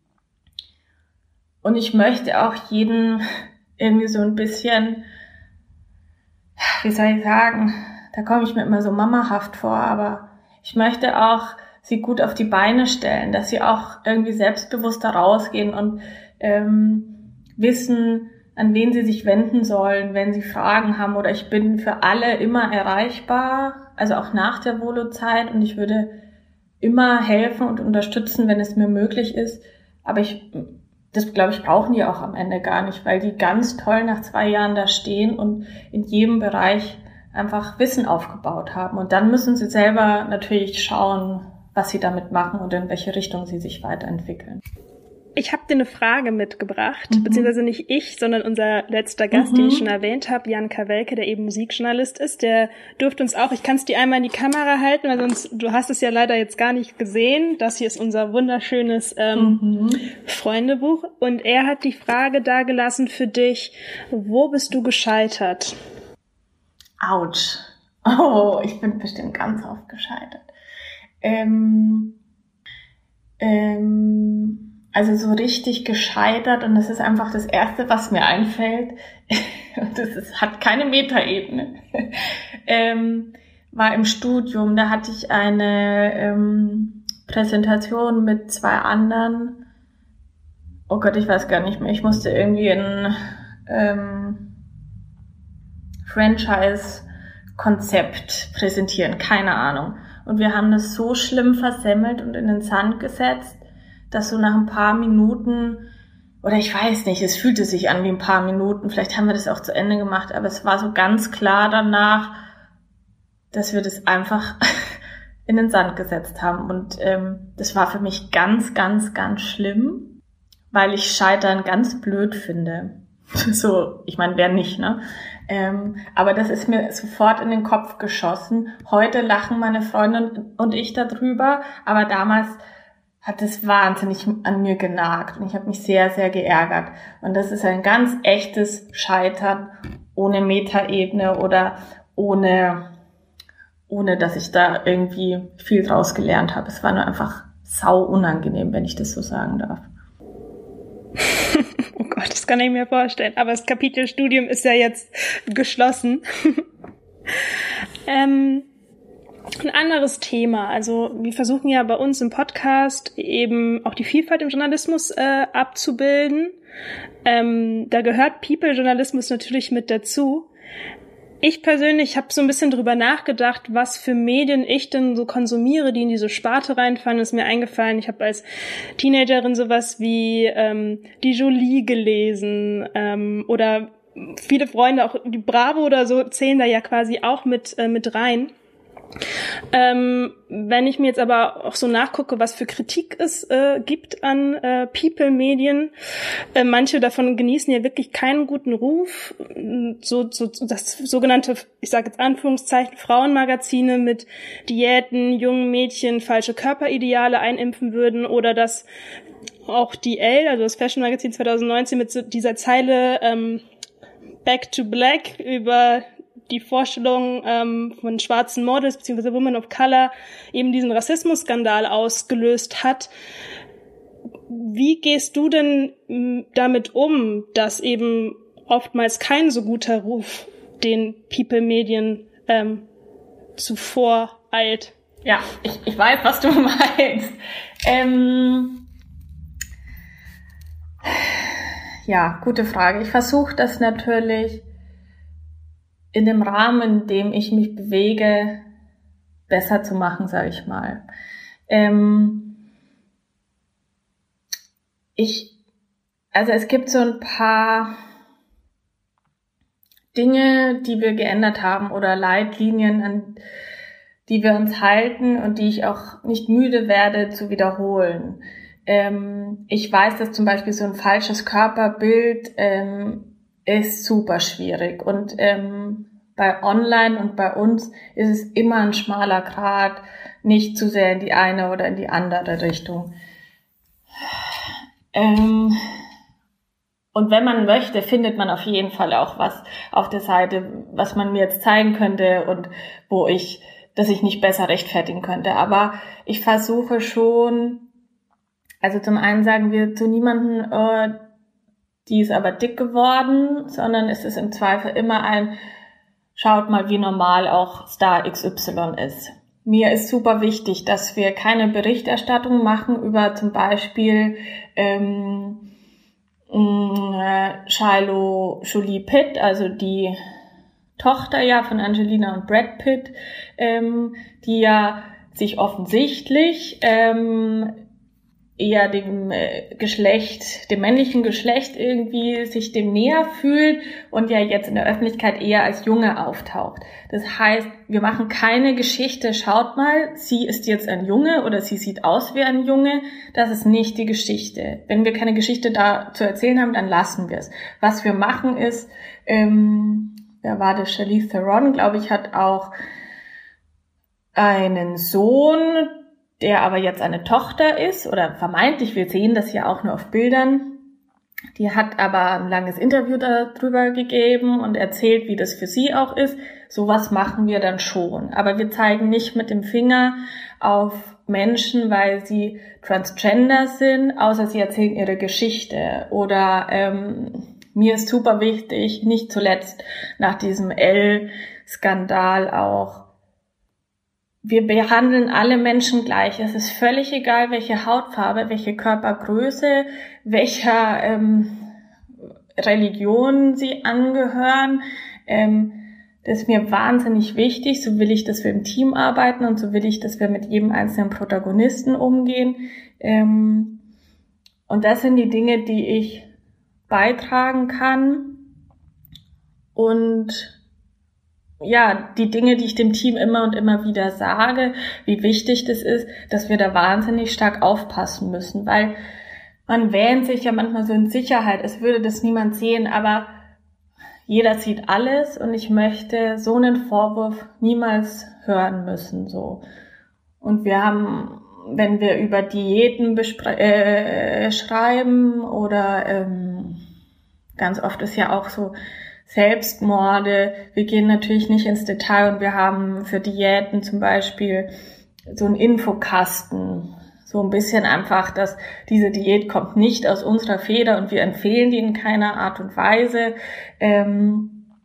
Und ich möchte auch jeden irgendwie so ein bisschen, wie soll ich sagen, da komme ich mir immer so mamahaft vor, aber ich möchte auch sie gut auf die Beine stellen, dass sie auch irgendwie selbstbewusster rausgehen und ähm, wissen, an wen sie sich wenden sollen, wenn sie Fragen haben. Oder ich bin für alle immer erreichbar, also auch nach der Volo-Zeit, und ich würde immer helfen und unterstützen, wenn es mir möglich ist. Aber ich, das glaube ich, brauchen die auch am Ende gar nicht, weil die ganz toll nach zwei Jahren da stehen und in jedem Bereich einfach Wissen aufgebaut haben. Und dann müssen sie selber natürlich schauen, was sie damit machen und in welche Richtung sie sich weiterentwickeln. Ich habe dir eine Frage mitgebracht, Mhm. beziehungsweise nicht ich, sondern unser letzter Gast, Mhm. den ich schon erwähnt habe, Jan Kawelke, der eben Musikjournalist ist. Der dürfte uns auch, ich kann es dir einmal in die Kamera halten, weil sonst, du hast es ja leider jetzt gar nicht gesehen. Das hier ist unser wunderschönes ähm, Mhm. Freundebuch. Und er hat die Frage dagelassen für dich, wo bist du gescheitert? Autsch. Oh, ich bin bestimmt ganz oft gescheitert. Ähm, ähm, also so richtig gescheitert, und das ist einfach das Erste, was mir einfällt, und das ist, hat keine Metaebene, ähm, war im Studium. Da hatte ich eine ähm, Präsentation mit zwei anderen. Oh Gott, ich weiß gar nicht mehr. Ich musste irgendwie ein ähm, Franchise-Konzept präsentieren, keine Ahnung. Und wir haben das so schlimm versemmelt und in den Sand gesetzt, dass so nach ein paar Minuten, oder ich weiß nicht, es fühlte sich an wie ein paar Minuten, vielleicht haben wir das auch zu Ende gemacht, aber es war so ganz klar danach, dass wir das einfach in den Sand gesetzt haben. Und ähm, das war für mich ganz, ganz, ganz schlimm, weil ich Scheitern ganz blöd finde. So, ich meine, wer nicht, ne? Ähm, aber das ist mir sofort in den Kopf geschossen. Heute lachen meine Freundin und ich darüber, aber damals hat es wahnsinnig an mir genagt und ich habe mich sehr, sehr geärgert. Und das ist ein ganz echtes Scheitern ohne Metaebene oder ohne, ohne dass ich da irgendwie viel draus gelernt habe. Es war nur einfach sau unangenehm, wenn ich das so sagen darf. Oh Gott, das kann ich mir vorstellen. Aber das Kapitel Studium ist ja jetzt geschlossen. ähm, ein anderes Thema. Also wir versuchen ja bei uns im Podcast eben auch die Vielfalt im Journalismus äh, abzubilden. Ähm, da gehört People-Journalismus natürlich mit dazu. Ich persönlich habe so ein bisschen drüber nachgedacht, was für Medien ich denn so konsumiere, die in diese Sparte reinfallen. Ist mir eingefallen, ich habe als Teenagerin sowas wie ähm, die Jolie gelesen ähm, oder viele Freunde, auch die Bravo oder so, zählen da ja quasi auch mit äh, mit rein. Ähm, wenn ich mir jetzt aber auch so nachgucke, was für Kritik es äh, gibt an äh, People-Medien, äh, manche davon genießen ja wirklich keinen guten Ruf, so, so das sogenannte, ich sage jetzt Anführungszeichen, Frauenmagazine mit Diäten, jungen Mädchen falsche Körperideale einimpfen würden, oder dass auch die Elle, also das Fashion-Magazin zwanzig neunzehn, mit so dieser Zeile ähm, Back to Black über die Vorstellung ähm, von schwarzen Models bzw. Women of Color eben diesen Rassismusskandal ausgelöst hat. Wie gehst du denn m, damit um, dass eben oftmals kein so guter Ruf den People-Medien ähm, zuvor eilt? Ja, ich, ich weiß, was du meinst. Ähm, ja, gute Frage. Ich versuche das natürlich in dem Rahmen, in dem ich mich bewege, besser zu machen, sage ich mal. Ähm, ich, also es gibt so ein paar Dinge, die wir geändert haben oder Leitlinien, an die wir uns halten und die ich auch nicht müde werde zu wiederholen. Ähm, ich weiß, dass zum Beispiel so ein falsches Körperbild ähm, ist super schwierig, und ähm, bei Online und bei uns ist es immer ein schmaler Grat, nicht zu sehr in die eine oder in die andere Richtung. Ähm, und wenn man möchte, findet man auf jeden Fall auch was auf der Seite, was man mir jetzt zeigen könnte und wo ich, dass ich nicht besser rechtfertigen könnte. Aber ich versuche schon, also zum einen sagen wir zu niemandem, äh, die ist aber dick geworden, sondern es ist im Zweifel immer ein, schaut mal, wie normal auch Star X Y ist. Mir ist super wichtig, dass wir keine Berichterstattung machen über zum Beispiel ähm, äh, Shiloh Jolie Pitt, also die Tochter ja von Angelina und Brad Pitt, ähm, die ja sich offensichtlich ähm, eher dem äh, Geschlecht, dem männlichen Geschlecht irgendwie sich dem näher fühlt und ja jetzt in der Öffentlichkeit eher als Junge auftaucht. Das heißt, wir machen keine Geschichte, schaut mal, sie ist jetzt ein Junge oder sie sieht aus wie ein Junge. Das ist nicht die Geschichte. Wenn wir keine Geschichte da zu erzählen haben, dann lassen wir es. Was wir machen ist, ähm, wer war das? Charlize Theron, glaube ich, hat auch einen Sohn, der aber jetzt eine Tochter ist, oder vermeintlich, wir sehen das ja auch nur auf Bildern. Die hat aber ein langes Interview darüber gegeben und erzählt, wie das für sie auch ist. Sowas machen wir dann schon. Aber wir zeigen nicht mit dem Finger auf Menschen, weil sie Transgender sind, außer sie erzählen ihre Geschichte. Oder ähm, mir ist super wichtig, nicht zuletzt nach diesem Elle-Skandal auch, wir behandeln alle Menschen gleich. Es ist völlig egal, welche Hautfarbe, welche Körpergröße, welcher ähm, Religion sie angehören. Ähm, das ist mir wahnsinnig wichtig. So will ich, dass wir im Team arbeiten und so will ich, dass wir mit jedem einzelnen Protagonisten umgehen. Ähm, und das sind die Dinge, die ich beitragen kann. Und ja, die Dinge, die ich dem Team immer und immer wieder sage, wie wichtig das ist, dass wir da wahnsinnig stark aufpassen müssen, weil man wähnt sich ja manchmal so in Sicherheit, es würde das niemand sehen, aber jeder sieht alles und ich möchte so einen Vorwurf niemals hören müssen, so. Und wir haben, wenn wir über Diäten bespre- äh, schreiben oder ähm, ganz oft ist ja auch so, Selbstmorde, wir gehen natürlich nicht ins Detail und wir haben für Diäten zum Beispiel so einen Infokasten, so ein bisschen einfach, dass diese Diät kommt nicht aus unserer Feder und wir empfehlen die in keiner Art und Weise. Ähm,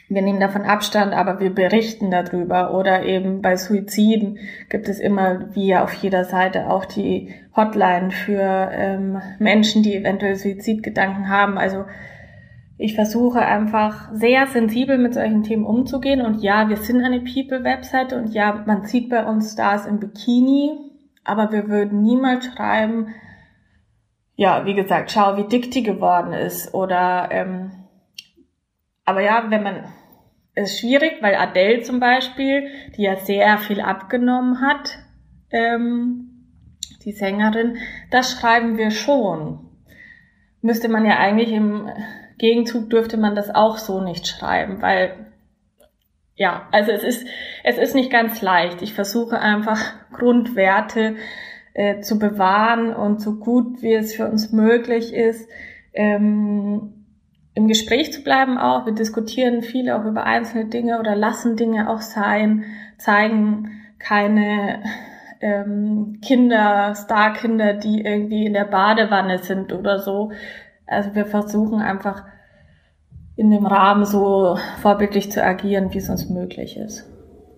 wir nehmen davon Abstand, aber wir berichten darüber. Oder eben bei Suiziden gibt es immer, wie auf jeder Seite, auch die Hotline für ähm, Menschen, die eventuell Suizidgedanken haben. Also ich versuche einfach sehr sensibel mit solchen Themen umzugehen. Und ja, wir sind eine People-Webseite und ja, man sieht bei uns Stars im Bikini, aber wir würden niemals schreiben, ja, wie gesagt, schau, wie dick die geworden ist. Oder, ähm, aber ja, wenn man, ist schwierig, weil Adele zum Beispiel, die ja sehr viel abgenommen hat, ähm, die Sängerin, das schreiben wir schon. Müsste man ja eigentlich im Gegenzug dürfte man das auch so nicht schreiben, weil, ja, also es ist, es ist nicht ganz leicht. Ich versuche einfach Grundwerte äh, zu bewahren und so gut wie es für uns möglich ist, ähm, im Gespräch zu bleiben auch. Wir diskutieren viel auch über einzelne Dinge oder lassen Dinge auch sein, zeigen keine ähm, Kinder, Starkinder, die irgendwie in der Badewanne sind oder so. Also wir versuchen einfach in dem Rahmen so vorbildlich zu agieren, wie es uns möglich ist.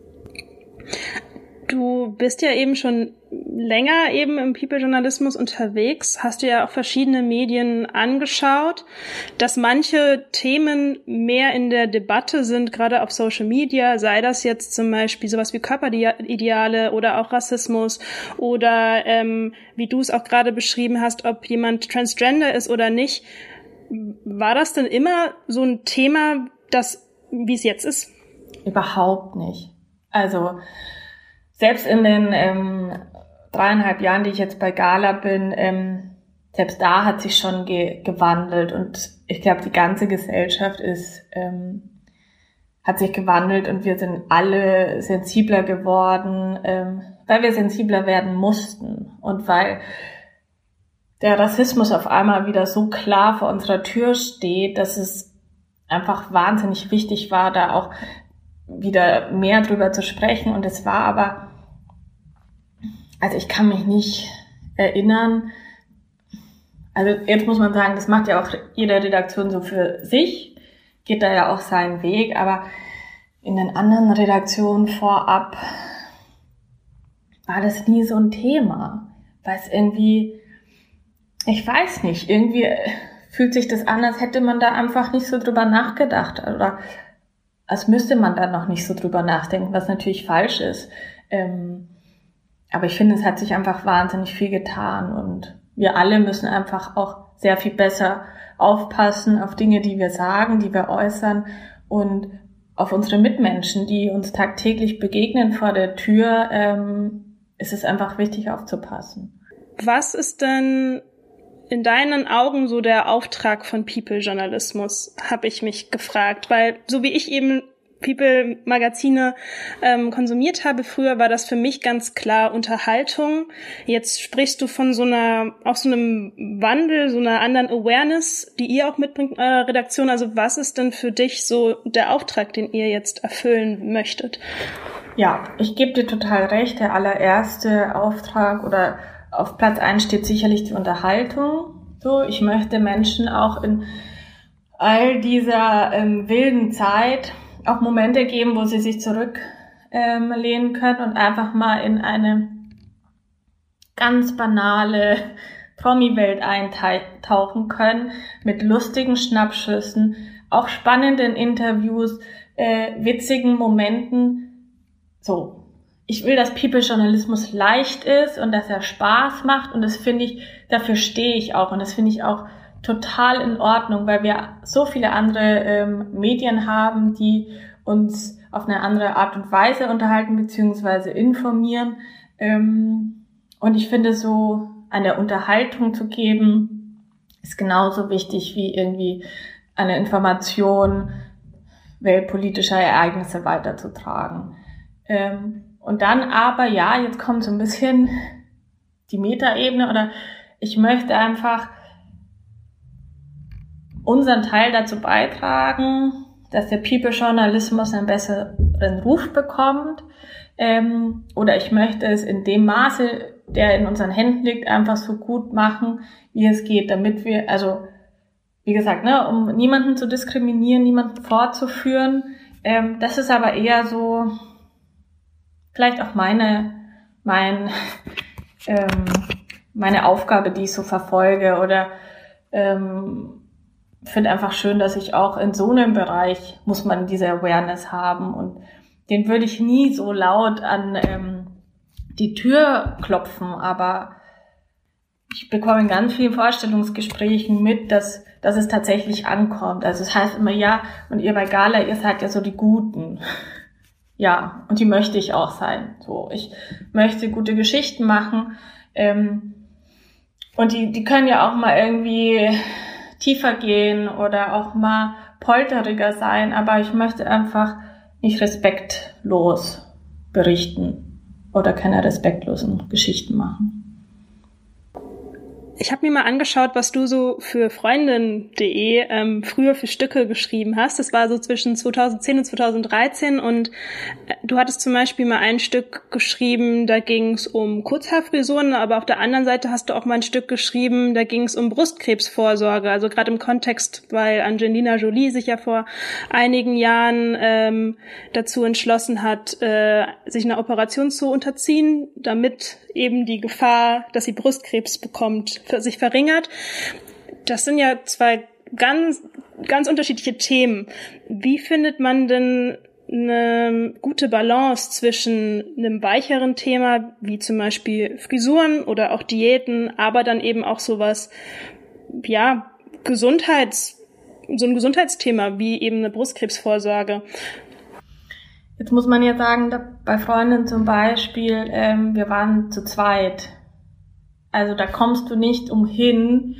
Du bist ja eben schon länger eben im People-Journalismus unterwegs, hast du ja auch verschiedene Medien angeschaut, dass manche Themen mehr in der Debatte sind, gerade auf Social Media, sei das jetzt zum Beispiel sowas wie Körperideale oder auch Rassismus oder ähm, wie du es auch gerade beschrieben hast, ob jemand Transgender ist oder nicht. War das denn immer so ein Thema, das, wie es jetzt ist? Überhaupt nicht. Also selbst in den ähm, dreieinhalb Jahren, die ich jetzt bei Gala bin, ähm, selbst da hat sich schon ge- gewandelt und ich glaube, die ganze Gesellschaft ist ähm, hat sich gewandelt und wir sind alle sensibler geworden, ähm, weil wir sensibler werden mussten und weil der Rassismus auf einmal wieder so klar vor unserer Tür steht, dass es einfach wahnsinnig wichtig war, da auch wieder mehr drüber zu sprechen. Und es war aber, also ich kann mich nicht erinnern, also jetzt muss man sagen, das macht ja auch jede Redaktion so für sich, geht da ja auch seinen Weg, aber in den anderen Redaktionen vorab war das nie so ein Thema, weil es irgendwie, ich weiß nicht, irgendwie fühlt sich das an, als hätte man da einfach nicht so drüber nachgedacht oder als müsste man da noch nicht so drüber nachdenken, was natürlich falsch ist. Ähm, aber ich finde, es hat sich einfach wahnsinnig viel getan und wir alle müssen einfach auch sehr viel besser aufpassen auf Dinge, die wir sagen, die wir äußern und auf unsere Mitmenschen, die uns tagtäglich begegnen vor der Tür, ähm, ist es einfach wichtig aufzupassen. Was ist denn in deinen Augen so der Auftrag von People-Journalismus, habe ich mich gefragt, weil so wie ich eben People-Magazine ähm, konsumiert habe früher, war das für mich ganz klar Unterhaltung. Jetzt sprichst du von so einer, auch so einem Wandel, so einer anderen Awareness, die ihr auch mitbringt, eure Redaktion. Also was ist denn für dich so der Auftrag, den ihr jetzt erfüllen möchtet? Ja, ich gebe dir total recht. Der allererste Auftrag oder auf Platz eins steht sicherlich die Unterhaltung. So, ich möchte Menschen auch in all dieser ähm, wilden Zeit auch Momente geben, wo sie sich zurücklehnen ähm, können und einfach mal in eine ganz banale Promi-Welt eintauchen können mit lustigen Schnappschüssen, auch spannenden Interviews, äh, witzigen Momenten. So. Ich will, dass People-Journalismus leicht ist und dass er Spaß macht und das finde ich, dafür stehe ich auch und das finde ich auch total in Ordnung, weil wir so viele andere ähm, Medien haben, die uns auf eine andere Art und Weise unterhalten bzw. informieren. Ähm, und ich finde, so eine Unterhaltung zu geben, ist genauso wichtig wie irgendwie eine Information weltpolitischer Ereignisse weiterzutragen. Ähm, Und dann aber, ja, jetzt kommt so ein bisschen die Metaebene oder ich möchte einfach unseren Teil dazu beitragen, dass der People-Journalismus einen besseren Ruf bekommt. Ähm, oder ich möchte es in dem Maße, der in unseren Händen liegt, einfach so gut machen, wie es geht, damit wir, also wie gesagt, ne, um niemanden zu diskriminieren, niemanden vorzuführen. Ähm, das ist aber eher so vielleicht auch meine, mein, ähm, meine Aufgabe, die ich so verfolge. Oder ähm, finde einfach schön, dass ich auch in so einem Bereich muss man diese Awareness haben. Und den würde ich nie so laut an ähm, die Tür klopfen, aber ich bekomme in ganz vielen Vorstellungsgesprächen mit, dass, dass es tatsächlich ankommt. Also es heißt immer, ja, und ihr bei Gala, ihr seid ja so die Guten. Ja, und die möchte ich auch sein. So, ich möchte gute Geschichten machen. Ähm, und die, die können ja auch mal irgendwie tiefer gehen oder auch mal polteriger sein, aber ich möchte einfach nicht respektlos berichten oder keine respektlosen Geschichten machen. Ich habe mir mal angeschaut, was du so für Freundin punkt de ähm, früher für Stücke geschrieben hast. Das war so zwischen zweitausendzehn und zweitausenddreizehn und äh, du hattest zum Beispiel mal ein Stück geschrieben, da ging es um Kurzhaarfrisuren, aber auf der anderen Seite hast du auch mal ein Stück geschrieben, da ging es um Brustkrebsvorsorge. Also gerade im Kontext, weil Angelina Jolie sich ja vor einigen Jahren ähm, dazu entschlossen hat, äh, sich einer Operation zu unterziehen, damit eben die Gefahr, dass sie Brustkrebs bekommt, für sich verringert. Das sind ja zwei ganz, ganz unterschiedliche Themen. Wie findet man denn eine gute Balance zwischen einem weicheren Thema, wie zum Beispiel Frisuren oder auch Diäten, aber dann eben auch sowas, ja, Gesundheits, so ein Gesundheitsthema wie eben eine Brustkrebsvorsorge? Jetzt muss man ja sagen, bei Freundinnen zum Beispiel, ähm, wir waren zu zweit. Also da kommst du nicht umhin,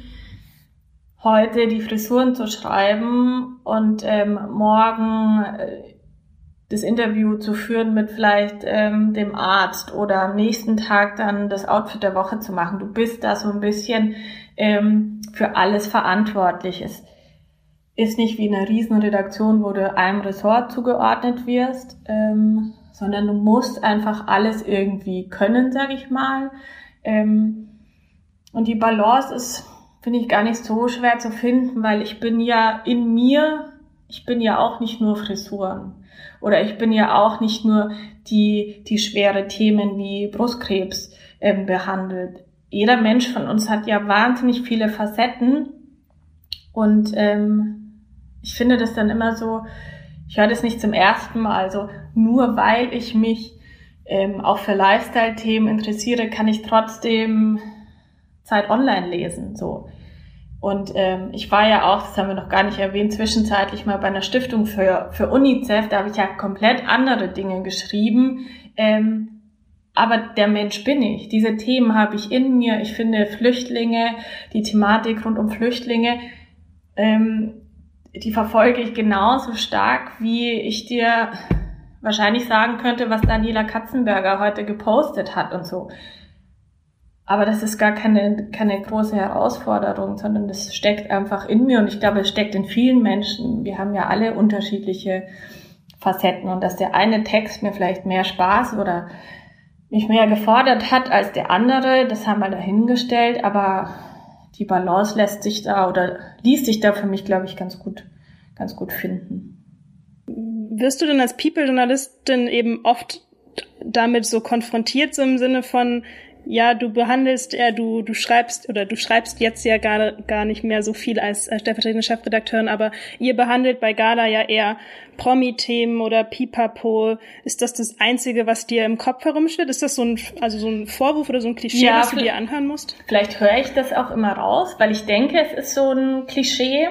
heute die Frisuren zu schreiben und ähm, morgen äh, das Interview zu führen mit vielleicht ähm, dem Arzt oder am nächsten Tag dann das Outfit der Woche zu machen. Du bist da so ein bisschen ähm, für alles verantwortlich. Es ist nicht wie eine Riesenredaktion, wo du einem Ressort zugeordnet wirst, ähm, sondern du musst einfach alles irgendwie können, sag ich mal. Ähm, und die Balance ist, finde ich, gar nicht so schwer zu finden, weil ich bin ja in mir, ich bin ja auch nicht nur Frisuren oder ich bin ja auch nicht nur die, die schwere Themen wie Brustkrebs ähm, behandelt. Jeder Mensch von uns hat ja wahnsinnig viele Facetten und ähm, ich finde das dann immer so, ich höre das nicht zum ersten Mal, also nur weil ich mich ähm, auch für Lifestyle-Themen interessiere, kann ich trotzdem Zeit online lesen, so. Und ähm, ich war ja auch, das haben wir noch gar nicht erwähnt, zwischenzeitlich mal bei einer Stiftung für für UNICEF, da habe ich ja komplett andere Dinge geschrieben, ähm, aber der Mensch bin ich. Diese Themen habe ich in mir. Ich finde Flüchtlinge, die Thematik rund um Flüchtlinge, ähm, die verfolge ich genauso stark, wie ich dir wahrscheinlich sagen könnte, was Daniela Katzenberger heute gepostet hat und so. Aber das ist gar keine, keine große Herausforderung, sondern das steckt einfach in mir und ich glaube, es steckt in vielen Menschen. Wir haben ja alle unterschiedliche Facetten und dass der eine Text mir vielleicht mehr Spaß oder mich mehr gefordert hat als der andere, das haben wir dahingestellt, aber die Balance lässt sich da oder ließ sich da für mich, glaube ich, ganz gut, ganz gut finden. Wirst du denn als People-Journalistin eben oft damit so konfrontiert, so im Sinne von, ja, du behandelst, ja, du, du schreibst, oder du schreibst jetzt ja gar, gar nicht mehr so viel als äh, stellvertretende Chefredakteurin, aber ihr behandelt bei Gala ja eher Promi-Themen oder Pipapo. Ist das das Einzige, was dir im Kopf herumschwirrt? Ist das so ein, also so ein Vorwurf oder so ein Klischee, ja, was du dir anhören musst? Vielleicht höre ich das auch immer raus, weil ich denke, es ist so ein Klischee,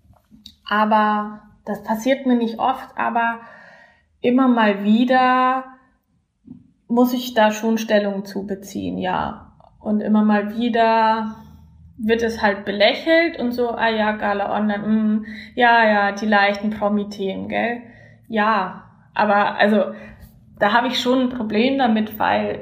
aber das passiert mir nicht oft, aber immer mal wieder muss ich da schon Stellung zu beziehen, ja. Und immer mal wieder wird es halt belächelt und so, ah ja, Gala Online, mm, ja, ja, die leichten Promi-Themen, gell? Ja, aber also da habe ich schon ein Problem damit, weil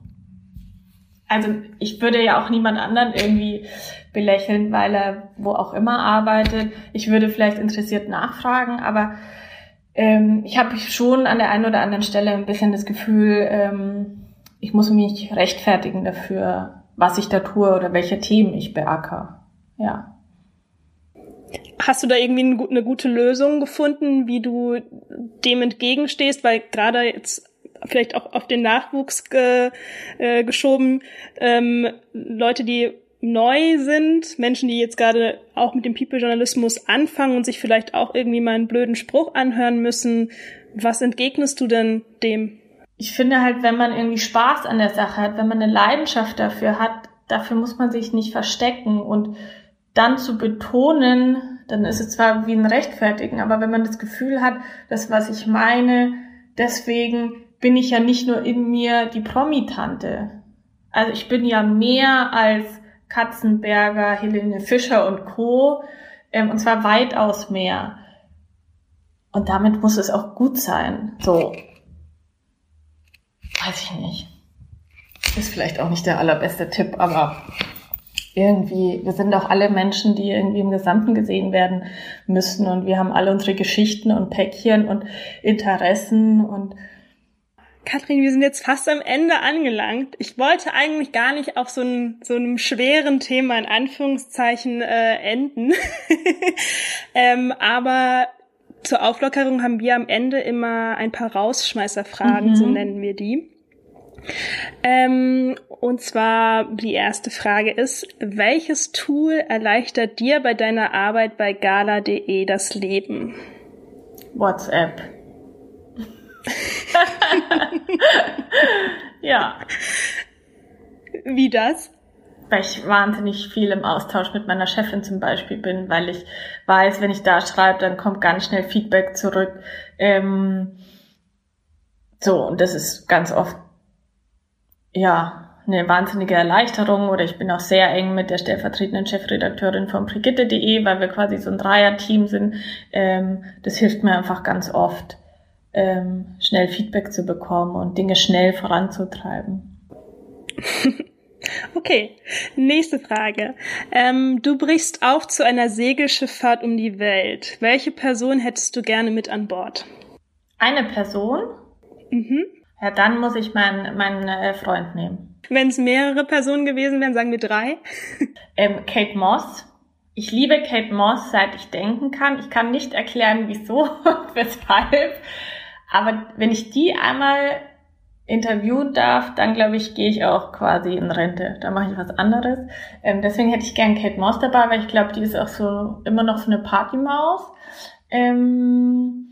also ich würde ja auch niemand anderen irgendwie belächeln, weil er wo auch immer arbeitet. Ich würde vielleicht interessiert nachfragen, aber ähm, ich habe schon an der einen oder anderen Stelle ein bisschen das Gefühl, ähm, ich muss mich rechtfertigen dafür, was ich da tue oder welche Themen ich beackere. Ja. Hast du da irgendwie eine gute Lösung gefunden, wie du dem entgegenstehst? Weil gerade jetzt vielleicht auch auf den Nachwuchs ge, äh, geschoben, ähm, Leute, die neu sind, Menschen, die jetzt gerade auch mit dem People-Journalismus anfangen und sich vielleicht auch irgendwie mal einen blöden Spruch anhören müssen. Was entgegnest du denn dem? Ich finde halt, wenn man irgendwie Spaß an der Sache hat, wenn man eine Leidenschaft dafür hat, dafür muss man sich nicht verstecken. Und dann zu betonen, dann ist es zwar wie ein Rechtfertigen, aber wenn man das Gefühl hat, das, was ich meine, deswegen bin ich ja nicht nur in mir die Promi-Tante. Also ich bin ja mehr als Katzenberger, Helene Fischer und Co. Ähm, und zwar weitaus mehr. Und damit muss es auch gut sein. So. Weiß ich nicht. Ist vielleicht auch nicht der allerbeste Tipp, aber irgendwie, wir sind auch alle Menschen, die irgendwie im Gesamten gesehen werden müssen und wir haben alle unsere Geschichten und Päckchen und Interessen und Katrin, wir sind jetzt fast am Ende angelangt. Ich wollte eigentlich gar nicht auf so einem, so einem schweren Thema in Anführungszeichen äh, enden. ähm, aber zur Auflockerung haben wir am Ende immer ein paar Rausschmeißerfragen, mhm. so nennen wir die. Ähm, und zwar die erste Frage ist, welches Tool erleichtert dir bei deiner Arbeit bei gala punkt de das Leben? WhatsApp. Ja. Wie das? Weil ich wahnsinnig viel im Austausch mit meiner Chefin zum Beispiel bin, weil ich weiß, wenn ich da schreibe, dann kommt ganz schnell Feedback zurück. Ähm, so, und das ist ganz oft ja eine wahnsinnige Erleichterung. Oder ich bin auch sehr eng mit der stellvertretenden Chefredakteurin von Brigitte punkt de, weil wir quasi so ein Dreier-Team sind. Ähm, das hilft mir einfach ganz oft, ähm, schnell Feedback zu bekommen und Dinge schnell voranzutreiben. Okay, nächste Frage. Ähm, du brichst auf zu einer Segelschifffahrt um die Welt. Welche Person hättest du gerne mit an Bord? Eine Person? Mhm. Ja, dann muss ich meinen, meinen äh, Freund nehmen. Wenn es mehrere Personen gewesen wären, sagen wir drei. ähm, Kate Moss. Ich liebe Kate Moss, seit ich denken kann. Ich kann nicht erklären, wieso und weshalb. Aber wenn ich die einmal interviewen darf, dann glaube ich, gehe ich auch quasi in Rente. Da mache ich was anderes. Ähm, deswegen hätte ich gern Kate Moss dabei, weil ich glaube, die ist auch so immer noch so eine Partymaus. Ähm,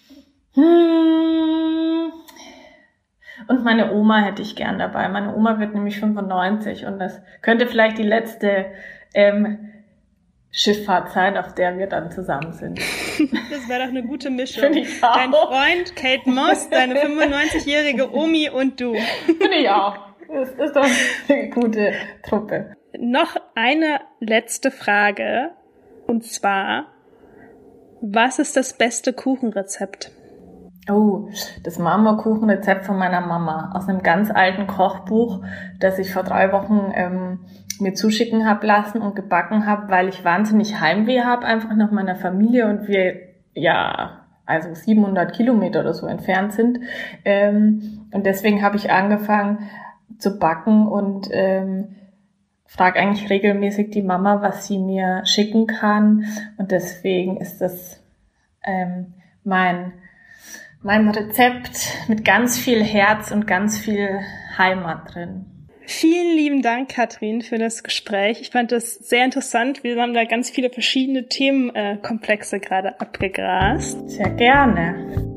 hm, und meine Oma hätte ich gern dabei. Meine Oma wird nämlich fünfundneunzig und das könnte vielleicht die letzte ähm, Schifffahrt sein, auf der wir dann zusammen sind. Das wäre doch eine gute Mischung. Finde ich auch. Dein Freund Kate Moss, deine fünfundneunzigjährige Omi und du. Finde ich auch. Das ist doch eine gute Truppe. Noch eine letzte Frage. Und zwar, was ist das beste Kuchenrezept? Oh, das Marmorkuchenrezept von meiner Mama aus einem ganz alten Kochbuch, das ich vor drei Wochen ähm, mir zuschicken habe lassen und gebacken habe, weil ich wahnsinnig Heimweh habe, einfach nach meiner Familie und wir, ja, also siebenhundert Kilometer oder so entfernt sind. Ähm, und deswegen habe ich angefangen zu backen und ähm, frage eigentlich regelmäßig die Mama, was sie mir schicken kann. Und deswegen ist das ähm, mein mein Rezept mit ganz viel Herz und ganz viel Heimat drin. Vielen lieben Dank, Katrin, für das Gespräch. Ich fand das sehr interessant. Wir haben da ganz viele verschiedene Themenkomplexe gerade abgegrast. Sehr gerne.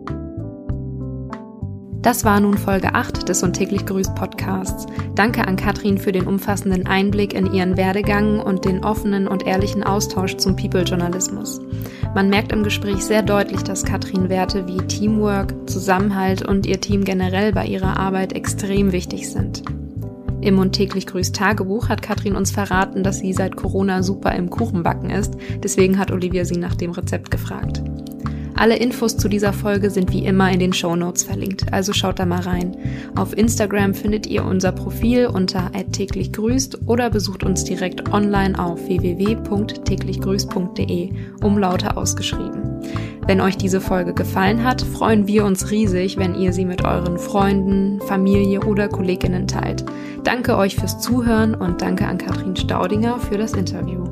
Das war nun Folge acht des Und täglich grüßt Podcasts. Danke an Katrin für den umfassenden Einblick in ihren Werdegang und den offenen und ehrlichen Austausch zum People-Journalismus. Man merkt im Gespräch sehr deutlich, dass Katrin Werte wie Teamwork, Zusammenhalt und ihr Team generell bei ihrer Arbeit extrem wichtig sind. Im Und täglich grüßt Tagebuch hat Katrin uns verraten, dass sie seit Corona super im Kuchenbacken ist, deswegen hat Olivia sie nach dem Rezept gefragt. Alle Infos zu dieser Folge sind wie immer in den Shownotes verlinkt, also schaut da mal rein. Auf Instagram findet ihr unser Profil unter at täglich grüßt oder besucht uns direkt online auf w w w punkt täglich grüßt punkt de, Umlaute ausgeschrieben. Wenn euch diese Folge gefallen hat, freuen wir uns riesig, wenn ihr sie mit euren Freunden, Familie oder Kolleginnen teilt. Danke euch fürs Zuhören und danke an Katrin Staudinger für das Interview.